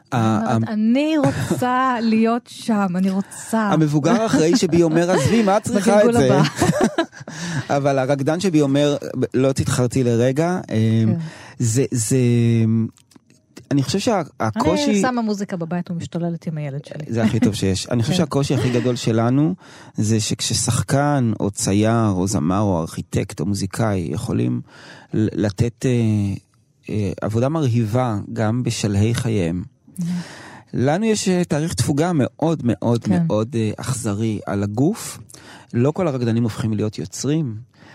Speaker 3: אני רוצה להיות שם, אני רוצה.
Speaker 2: המבוגר האחראי שבי אומר, עזבי, מה את צריכה את זה? אבל הרקדן שבי אומר, לא תתחרתי לרגע, זה, זה, אני חושב שהקושי...
Speaker 3: אני שמה מוזיקה בבית ומשתוללת עם הילד שלי.
Speaker 2: זה הכי טוב שיש. אני חושב שהקושי הכי גדול שלנו, זה שכששחקן או צייר או זמר או ארכיטקט או מוזיקאי יכולים לתת עבודה מרהיבה גם בשלהי חייהם. לנו יש תאריך תפוגה מאוד מאוד מאוד אכזרי על הגוף. לא כל הרקדנים הופכים להיות יוצרים.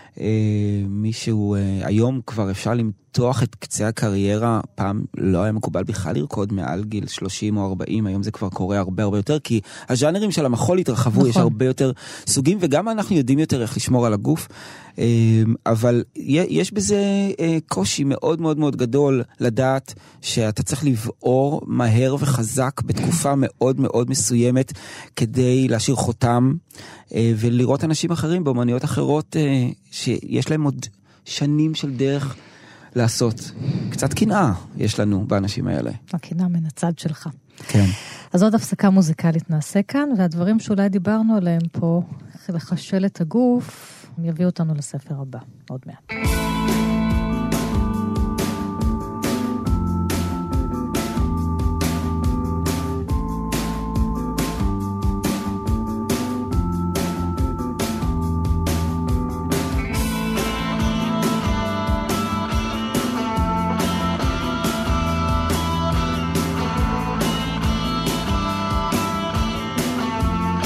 Speaker 2: מישהו, היום כבר אפשר למתוח את קצה הקריירה, פעם לא היה מקובל בכלל לרקוד מעל גיל שלושים או ארבעים, היום זה כבר קורה הרבה הרבה יותר, כי הז'אנרים של המחול התרחבו, נכון. יש הרבה יותר סוגים, וגם אנחנו יודעים יותר איך לשמור על הגוף, אבל יש בזה קושי מאוד מאוד מאוד גדול לדעת שאתה צריך לבעור מהר וחזק בתקופה מאוד מאוד מסוימת כדי להשאיר חותם ולראות אנשים אחרים באומנויות אחרות שיש להם עוד שנים של דרך לעשות. קצת קנאה יש לנו באנשים האלה.
Speaker 3: הקנאה מן הצד שלך.
Speaker 2: כן.
Speaker 3: אז עוד הפסקה מוזיקלית נעשה כאן, והדברים שאולי דיברנו עליהם פה, לחשל את הגוף, יביאו אותנו לספר הבא, עוד מעט.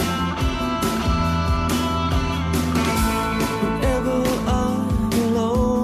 Speaker 4: Whenever I'm alone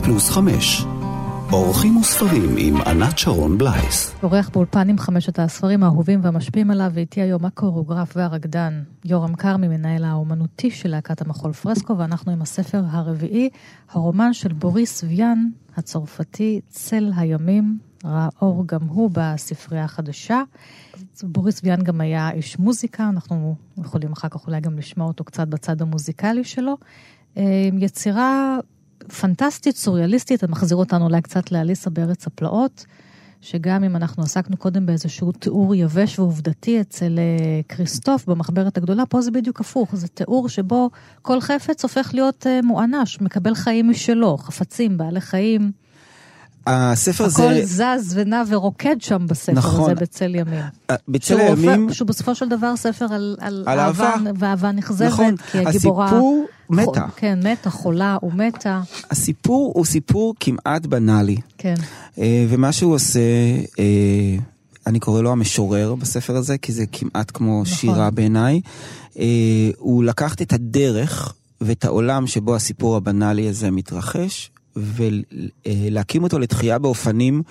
Speaker 1: פלוס חמש. אורחים וספרים עם ענת שרון בלייס.
Speaker 3: אורח באולפן עם חמשת הספרים האהובים והמשפיעים עליו, ואיתי היום הקוריאוגרף והרקדן יורם כרמי, מנהל האומנותי של להקת המחול פרסקו, ואנחנו עם הספר הרביעי, הרומן של בוריס ויאן הצרפתי, צל הימים, ראה אור גם הוא בספרייה החדשה. בוריס ויאן גם היה איש מוזיקה, אנחנו יכולים אחר כך אולי גם לשמוע אותו קצת בצד המוזיקלי שלו. יצירה פנטסטית, סוריאליסטית, מחזיר אותנו אולי קצת לאליסה בארץ הפלאות, שגם אם אנחנו עסקנו קודם באיזשהו תיאור יבש ועובדתי אצל קריסטוף במחברת הגדולה, פה זה בדיוק הפוך, זה תיאור שבו כל חפץ הופך להיות מואנש, מקבל חיים משלו, חפצים, בעלי חיים.
Speaker 2: הספר
Speaker 3: הכל
Speaker 2: זה...
Speaker 3: הכל זז ונע ורוקד שם בספר
Speaker 2: נכון.
Speaker 3: הזה בצל ימים.
Speaker 2: בצל הימים...
Speaker 3: שהוא בסופו של דבר ספר על, על,
Speaker 2: על
Speaker 3: אהבה ואהבה נכזבת,
Speaker 2: נכון.
Speaker 3: כי הגיבורה...
Speaker 2: הסיפור מתה.
Speaker 3: כן, מתה, חולה ומתה.
Speaker 2: הסיפור הוא סיפור כמעט בנאלי.
Speaker 3: כן.
Speaker 2: ומה שהוא עושה, אני קורא לו המשורר בספר הזה, כי זה כמעט כמו נכון. שירה בעיניי. הוא לקח את הדרך ואת העולם שבו הסיפור הבנאלי הזה מתרחש, ולהקים אותו לתחייה באופנים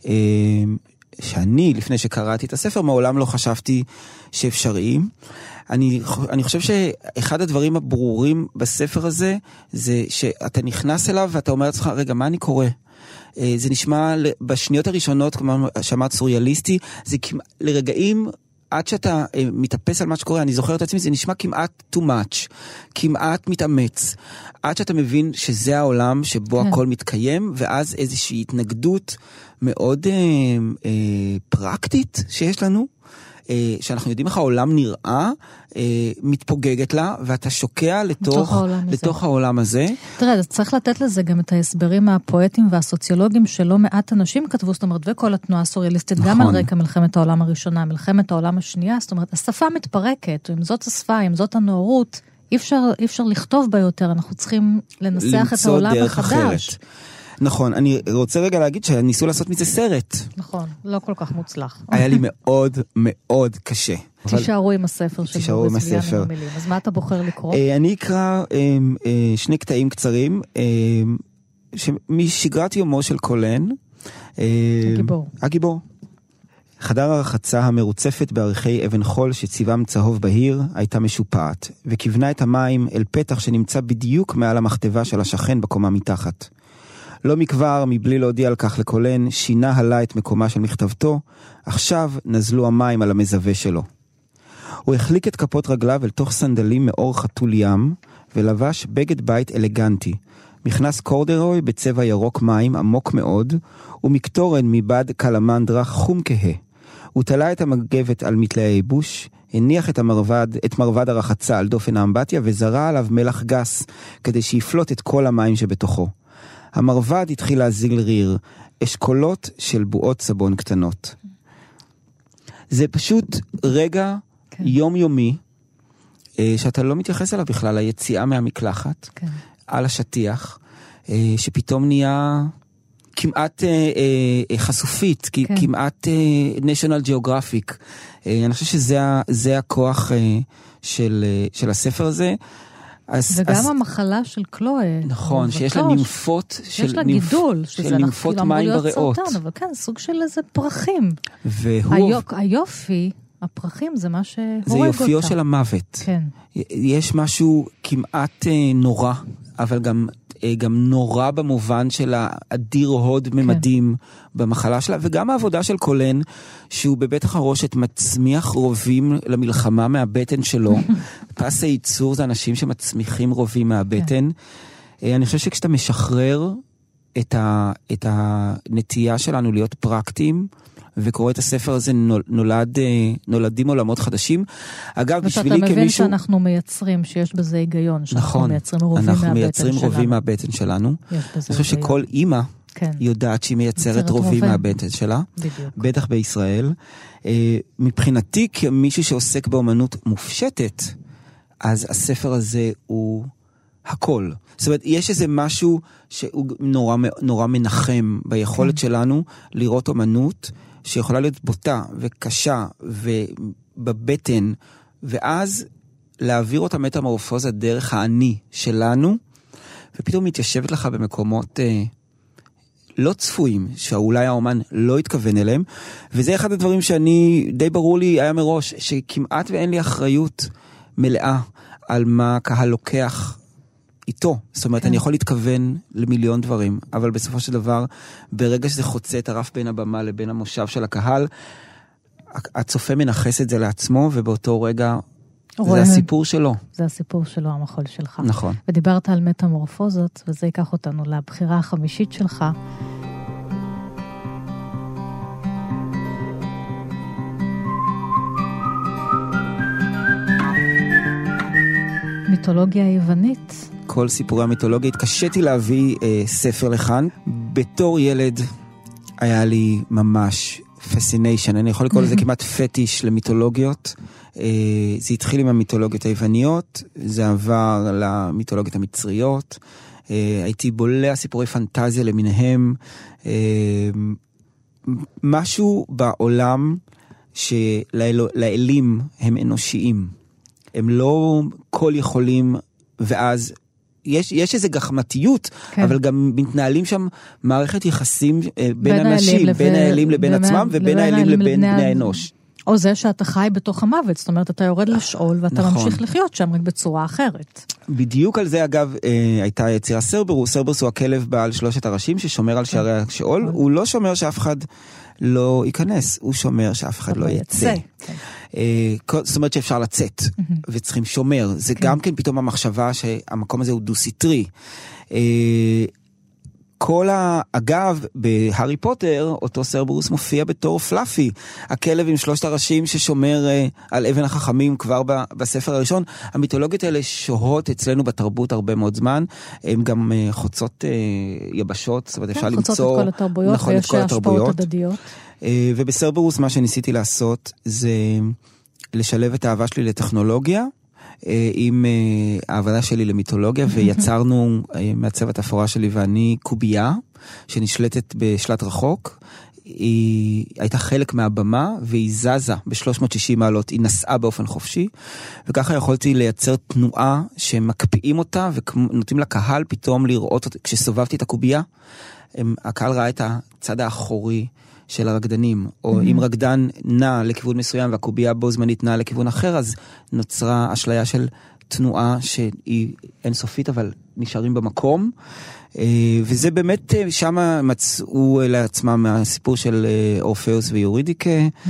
Speaker 2: שאני, לפני שקראתי את הספר, מעולם לא חשבתי שאפשריים. אני, אני חושב שאחד הדברים הברורים בספר הזה, זה שאתה נכנס אליו ואתה אומר לעצמך, רגע, מה אני קורא? זה נשמע בשניות הראשונות, כמו שאמרת סוריאליסטי, זה לרגעים, עד שאתה מתאפס על מה שקורה, אני זוכר את עצמי, זה נשמע כמעט too much, כמעט מתאמץ, עד שאתה מבין שזה העולם שבו כן. הכל מתקיים, ואז איזושהי התנגדות מאוד אה, אה, פרקטית שיש לנו, אה, שאנחנו יודעים איך העולם נראה, אה, מתפוגגת לה, ואתה שוקע לתוך, העולם, לתוך הזה. העולם הזה.
Speaker 3: תראה, צריך לתת לזה גם את ההסברים הפואטיים והסוציולוגיים שלא מעט אנשים כתבו, זאת אומרת, וכל התנועה הסוריאליסטית, נכון. גם על רקע מלחמת העולם הראשונה, מלחמת העולם השנייה, זאת אומרת, השפה מתפרקת, אם זאת השפה, אם זאת הנאורות, אי אפשר, אי אפשר לכתוב בה יותר, אנחנו צריכים לנסח את העולם מחדש. אחרת.
Speaker 2: נכון, אני רוצה רגע להגיד שניסו לעשות מזה סרט.
Speaker 3: נכון, לא כל כך מוצלח.
Speaker 2: היה לי מאוד מאוד קשה.
Speaker 3: תישארו עם הספר של בוריס ויאן עם המילים. אז מה אתה בוחר לקרוא?
Speaker 2: אני אקרא שני קטעים קצרים, משגרת יומו של קולן.
Speaker 3: הגיבור.
Speaker 2: הגיבור. חדר הרחצה המרוצפת בערכי אבן חול שצבעם צהוב בהיר הייתה משופעת, וכיוונה את המים אל פתח שנמצא בדיוק מעל המכתבה של השכן בקומה מתחת. לא מכבר, מבלי להודיע על כך לקולן, שינה הלה את מקומה של מכתבתו, עכשיו נזלו המים על המזווה שלו. הוא החליק את כפות רגליו אל תוך סנדלים מאור חתול ים, ולבש בגד בית אלגנטי, מכנס קורדרוי בצבע ירוק מים עמוק מאוד, ומקטורן מבד קלמנדרה חום כהה. הוא תלה את המגבת על מתלי הייבוש, הניח את המרבד, את מרבד הרחצה על דופן האמבטיה, וזרה עליו מלח גס, כדי שיפלוט את כל המים שבתוכו. המרבד התחיל להזיל ריר, אשכולות של בועות סבון קטנות. זה פשוט רגע כן. יומיומי, שאתה לא מתייחס אליו בכלל, היציאה מהמקלחת, כן. על השטיח, שפתאום נהיה כמעט חשופית, כן. כמעט National Geographic. אני חושב שזה זה הכוח של, של הספר הזה. אז,
Speaker 3: וגם
Speaker 2: אז,
Speaker 3: המחלה של קלואה.
Speaker 2: נכון, שיש לה נימפות,
Speaker 3: יש לה גידול,
Speaker 2: של נימפות מים בריאות.
Speaker 3: סרטן, אבל כן, סוג של איזה פרחים.
Speaker 2: והוא...
Speaker 3: היופ, היופי, הפרחים זה מה שהורג אותה.
Speaker 2: זה יופיו של המוות.
Speaker 3: כן.
Speaker 2: יש משהו כמעט נורא, אבל גם, גם נורא במובן של האדיר הוד ממדים כן. במחלה שלה, וגם העבודה של קולן, שהוא בבית החרושת מצמיח רובים למלחמה מהבטן שלו. פס הייצור זה אנשים שמצמיחים רובים מהבטן. כן. אני חושב שכשאתה משחרר את, ה, את הנטייה שלנו להיות פרקטיים, וקורא את הספר הזה, נולד, נולדים עולמות חדשים. אגב, בשבילי כמישהו...
Speaker 3: ואתה מבין שאנחנו מייצרים, שיש בזה היגיון, שאנחנו
Speaker 2: נכון,
Speaker 3: מייצרים רובים מהבטן שלנו.
Speaker 2: אנחנו מייצרים רובים מהבטן שלנו. אני חושב שכל אימא כן. יודעת שהיא מייצרת רובים מהבטן שלה. בדיוק. בטח בישראל. מבחינתי, כמישהו שעוסק באומנות מופשטת, אז הספר הזה הוא הכל. זאת אומרת, יש איזה משהו שהוא נורא, נורא מנחם ביכולת כן. שלנו לראות אומנות, שיכולה להיות בוטה וקשה ובבטן, ואז להעביר אותה מטמורפוזה דרך העני שלנו, ופתאום מתיישבת לך במקומות אה, לא צפויים, שאולי האומן לא התכוון אליהם, וזה אחד הדברים שאני, די ברור לי היה מראש, שכמעט ואין לי אחריות מלאה על מה הקהל לוקח איתו. זאת אומרת, כן. אני יכול להתכוון למיליון דברים, אבל בסופו של דבר, ברגע שזה חוצה את הרף בין הבמה לבין המושב של הקהל, הצופה מנחס את זה לעצמו, ובאותו רגע זה הסיפור שלו.
Speaker 3: זה הסיפור שלו, המחול שלך.
Speaker 2: נכון.
Speaker 3: ודיברת על מטמורפוזות, וזה ייקח אותנו לבחירה החמישית שלך. מיתולוגיה היוונית.
Speaker 2: כל סיפורי המיתולוגיה. התקשיתי להביא אה, ספר לכאן. בתור ילד היה לי ממש פסיניישן, אני יכול לקרוא לזה כמעט פטיש למיתולוגיות. זה התחיל עם המיתולוגיות היווניות, זה עבר למיתולוגיות המצריות, הייתי בולע סיפורי פנטזיה למיניהם, משהו בעולם שלאלים הם אנושיים, הם לא כל יכולים, ואז יש, יש איזו גחמתיות, כן. אבל גם מתנהלים שם מערכת יחסים בין, בין אנשים, לבין, בין האלים לבין לבין עצמם, ובין האלים לבין בני האנוש.
Speaker 3: או זה שאתה חי בתוך המוות, זאת אומרת, אתה יורד לשאול, ואתה נכון. ממשיך לחיות שם רק בצורה אחרת.
Speaker 2: בדיוק על זה, אגב, הייתה יצירה סרברוס. סרברוס הוא הכלב בעל שלושת הראשים, ששומר על שערי השאול. הוא לא שומר שאף אחד לא ייכנס, הוא שומר שאף אחד לא יצא. זאת אומרת שאפשר לצאת, וצריכים שומר. זה גם כן פתאום המחשבה שהמקום הזה הוא דו-סטרי. כל ה... אגב, בהארי פוטר, אותו סרברוס מופיע בתור פלאפי, הכלב עם שלושת הראשים ששומר uh, על אבן החכמים כבר ב... בספר הראשון. המיתולוגיות האלה שוהות אצלנו בתרבות הרבה מאוד זמן, הן גם uh, חוצות uh, יבשות, זאת אומרת,
Speaker 3: כן,
Speaker 2: אפשר
Speaker 3: חוצות
Speaker 2: למצוא...
Speaker 3: חוצות את כל התרבויות,
Speaker 2: נכון,
Speaker 3: ויש השפעות הדדיות.
Speaker 2: Uh, ובסרברוס מה שניסיתי לעשות זה לשלב את האהבה שלי לטכנולוגיה, עם העבודה שלי למיתולוגיה, ויצרנו מהצוות אפורה שלי ואני קובייה, שנשלטת בשלט רחוק. היא הייתה חלק מהבמה, והיא זזה ב-שלוש מאות ושישים מעלות, היא נסעה באופן חופשי, וככה יכולתי לייצר תנועה שמקפיאים אותה, ונותנים לקהל פתאום לראות אותה. כשסובבתי את הקובייה, הקהל ראה את הצד האחורי של הרקדנים, או אם רקדן נע לכיוון מסוים, והקובייה בו זמנית נע לכיוון אחר, אז נוצרה אשליה של תנועה שהיא אינסופית, אבל נשארים במקום, וזה באמת, שם מצאו לעצמם מהסיפור של אורפאוס ויורידיקה,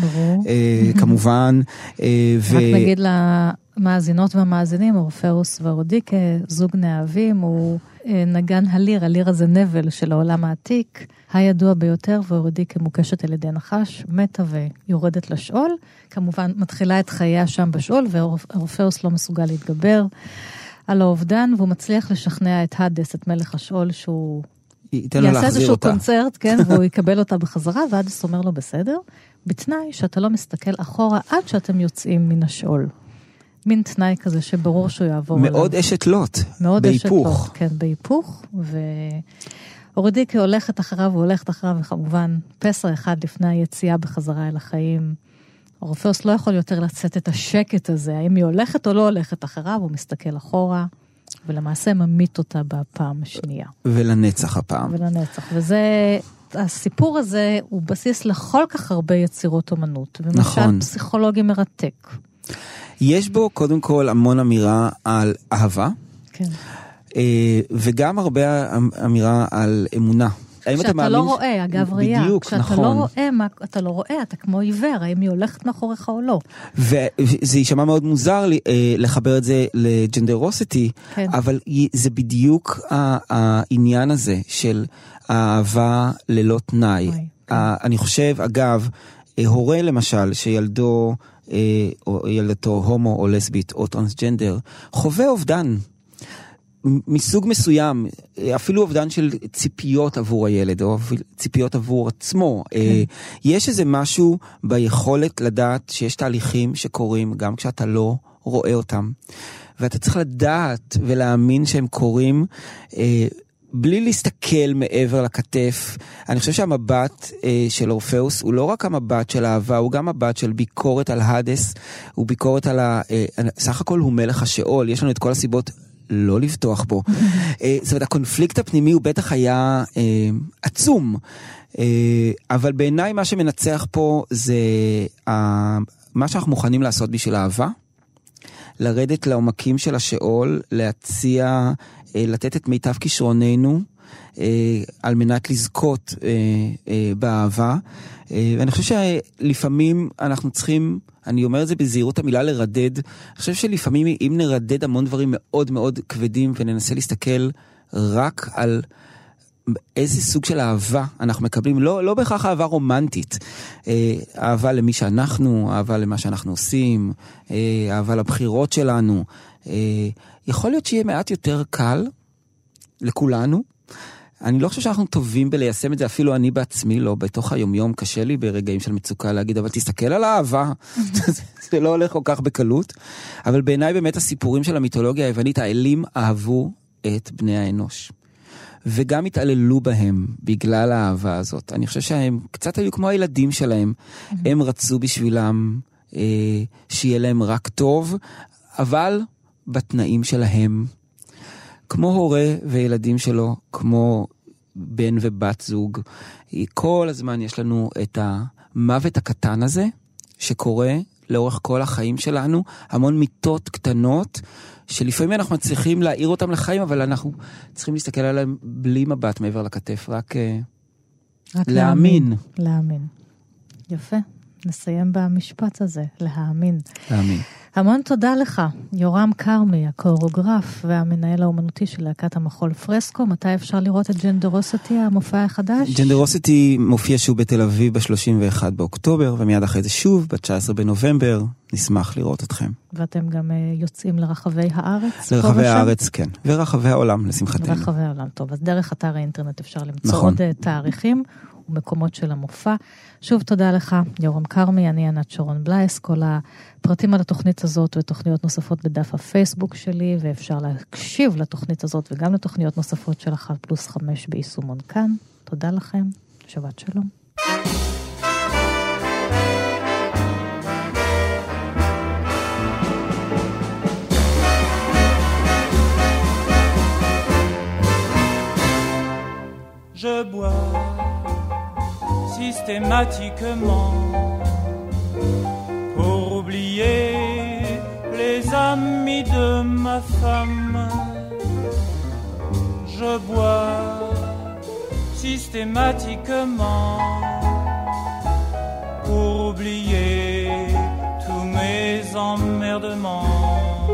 Speaker 2: כמובן.
Speaker 3: רק נגיד למאזינות והמאזינים, אורפאוס ואורידיקה, זוג נאהבים, הוא נגן הליר, הליר הזה נבל של העולם העתיק, הידוע ביותר, ואורידיקה מוקשת על ידי נחש, מתה ויורדת לשאול, כמובן מתחילה את חייה שם בשאול, ואורפאוס לא מסוגל להתגבר על האובדן, והוא מצליח לשכנע את הדס, את מלך השאול, שהוא יעשה איזשהו קונצרט, כן, והוא יקבל אותה בחזרה, והדס אומר לו בסדר, בתנאי שאתה לא מסתכל אחורה עד שאתם יוצאים מן השאול. מין תנאי כזה שברור שהוא יעבור עליו.
Speaker 2: מאוד אשת לוט,
Speaker 3: מאוד
Speaker 2: בהיפוך.
Speaker 3: אשת לוט, כן, בהיפוך, ואורידיקה הולכת אחריו, והולכת אחריו, וכמובן, פסר אחד לפני היציאה בחזרה אל החיים, אורפאוס לא יכול יותר לצאת את השקט הזה, האם היא הולכת או לא הולכת אחריו, הוא מסתכל אחורה, ולמעשה ממית אותה בפעם השנייה.
Speaker 2: ולנצח הפעם.
Speaker 3: ולנצח, וזה, הסיפור הזה הוא בסיס לכל כך הרבה יצירות אומנות, ומשל נכון. פסיכולוגי מרתק.
Speaker 2: יש בו קודם כל המון אמירה על אהבה,
Speaker 3: כן.
Speaker 2: וגם הרבה אמירה על אמונה.
Speaker 3: כשאתה לא רואה, אגב ראייה,
Speaker 2: בדיוק,
Speaker 3: כשאתה
Speaker 2: נכון.
Speaker 3: לא רואה, אתה לא רואה, אתה כמו עיוור, האם היא הולכת מאחוריך או לא.
Speaker 2: וזה יישמע מאוד מוזר לי, לחבר את זה לג'נדרוסיטי,
Speaker 3: כן.
Speaker 2: אבל זה בדיוק העניין הזה של האהבה ללא תנאי.
Speaker 3: כן.
Speaker 2: אני חושב, אגב, הורה למשל, שילדו, או ילדתו הומו או לסבית או טרנסג'נדר, חווה אובדן. מסוג מסוים, אפילו אובדן של ציפיות עבור הילד, או ציפיות עבור עצמו. כן. יש איזה משהו ביכולת לדעת שיש תהליכים שקורים גם כשאתה לא רואה אותם. ואתה צריך לדעת ולהאמין שהם קורים, בלי להסתכל מעבר לכתף. אני חושב שהמבט אה, של אורפאוס הוא לא רק המבט של אהבה, הוא גם מבט של ביקורת על הדס, הוא ביקורת על ה... אה, סך הכל הוא מלך השאול, יש לנו את כל הסיבות לא לבטוח בו. זאת אומרת, הקונפליקט הפנימי הוא בטח היה עצום, אבל בעיניי מה שמנצח פה זה מה שאנחנו מוכנים לעשות בשביל אהבה, לרדת לעומקים של השאול, להציע, לתת את מיטב כישרוננו, על מנת לזכות באהבה. ואני חושב שלפעמים אנחנו צריכים, אני אומר את זה בזהירות המילה לרדד, אני חושב שלפעמים אם נרדד המון דברים מאוד מאוד כבדים, וננסה להסתכל רק על איזה סוג של אהבה אנחנו מקבלים, לא, לא בהכרח אהבה רומנטית, אהבה למי שאנחנו, אהבה למה שאנחנו עושים, אהבה לבחירות שלנו, יכול להיות שיהיה מעט יותר קל לכולנו. אני לא חושב שאנחנו טובים בליישם את זה, אפילו אני בעצמי לא, בתוך היומיום קשה לי ברגעים של מצוקה להגיד, אבל תסתכל על האהבה, זה לא הולך כל כך בקלות, אבל בעיניי באמת הסיפורים של המיתולוגיה היוונית, האלים אהבו את בני האנוש, וגם התעללו בהם בגלל האהבה הזאת. אני חושב שהם קצת היו כמו הילדים שלהם, הם רצו בשבילם אה, שיהיה להם רק טוב, אבל בתנאים שלהם, כמו הורה וילדים שלו, כמו בן ובת זוג, כל הזמן יש לנו את המוות הקטן הזה, שקורה לאורך כל החיים שלנו, המון מיטות קטנות, שלפעמים אנחנו מצליחים להעיר אותם לחיים, אבל אנחנו צריכים להסתכל עליהם בלי מבט מעבר לכתף, רק, רק להאמין.
Speaker 3: להאמין. להאמין. יפה. נסיים במשפט הזה, להאמין.
Speaker 2: להאמין.
Speaker 3: המון תודה לך, יורם קרמי, הקוריאוגרף והמנהל האומנותי של להקת המחול פרסקו. מתי אפשר לראות את ג'נדרוסיטי, המופע החדש?
Speaker 2: ג'נדרוסיטי מופיע שוב בתל אביב ב-שלושים ואחד באוקטובר, ומיד אחרי זה שוב, ב-תשעה עשר בנובמבר, נשמח לראות אתכם.
Speaker 3: ואתם גם יוצאים לרחבי הארץ?
Speaker 2: לרחבי הארץ, כן. ורחבי העולם, לשמחתנו.
Speaker 3: לרחבי העולם, טוב. אז דרך אתר האינטרנט אפשר למצוא
Speaker 2: נכון.
Speaker 3: עוד תאריכים ומקומות של המופע. שוב תודה לך, יורם קרמי, אני ענת שרון בלייס. כל הפרטים על התוכנית הזאת ותוכניות נוספות בדף הפייסבוק שלי, ואפשר להקשיב לתוכנית הזאת וגם לתוכניות נוספות של אחת פלוס חמש ביישומון כאן. תודה לכם, שבת שלום.
Speaker 4: Je bois systématiquement pour oublier les amis de ma femme. Je bois systématiquement pour oublier tous mes emmerdements.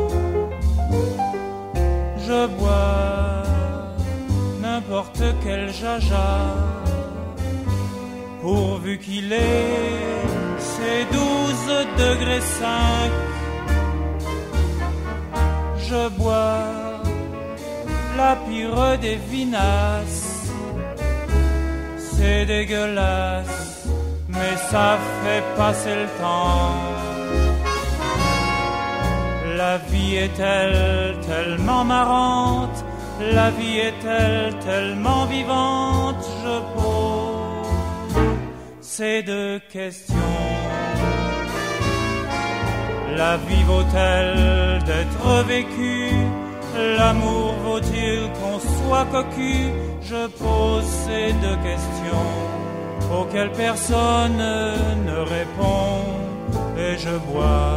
Speaker 4: Je bois n'importe quel jaja, pourvu qu'il ait ses douze degrés cinq. Je bois la pire des vinasses, c'est dégueulasse, mais ça fait passer le temps. La vie est-elle tellement marrante, la vie est-elle tellement vivante, je pose ces deux questions. La vie vaut-elle d'être vécue? L'amour vaut-il qu'on soit cocu? Je pose ces deux questions auxquelles personne ne répond, et je bois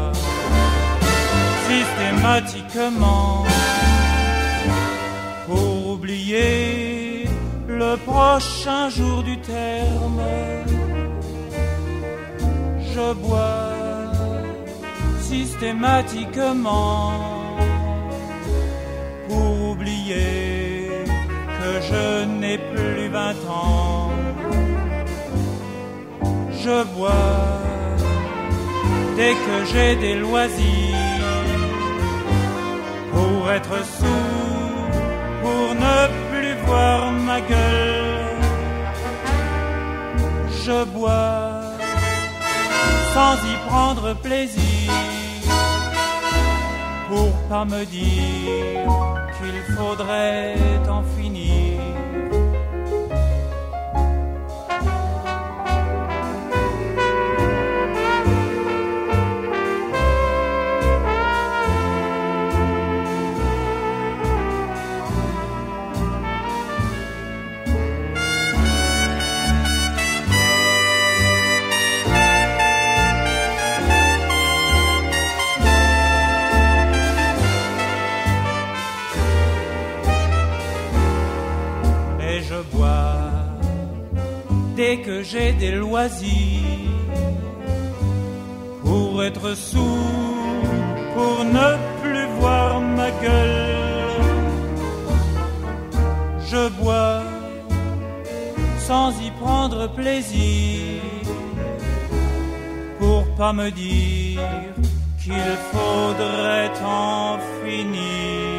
Speaker 4: systématiquement pour oublier le prochain jour du terme. Je bois systématiquement pour oublier que je n'ai plus vingt ans. Je bois dès que j'ai des loisirs pour être sourd, pour ne plus voir ma gueule. Je bois sans y prendre plaisir, pour pas me dire qu'il faudrait en finir. je bois dès que j'ai des loisirs, pour être sourd, pour ne plus voir ma gueule. Je bois sans y prendre plaisir, pour pas me dire qu'il faudrait en finir.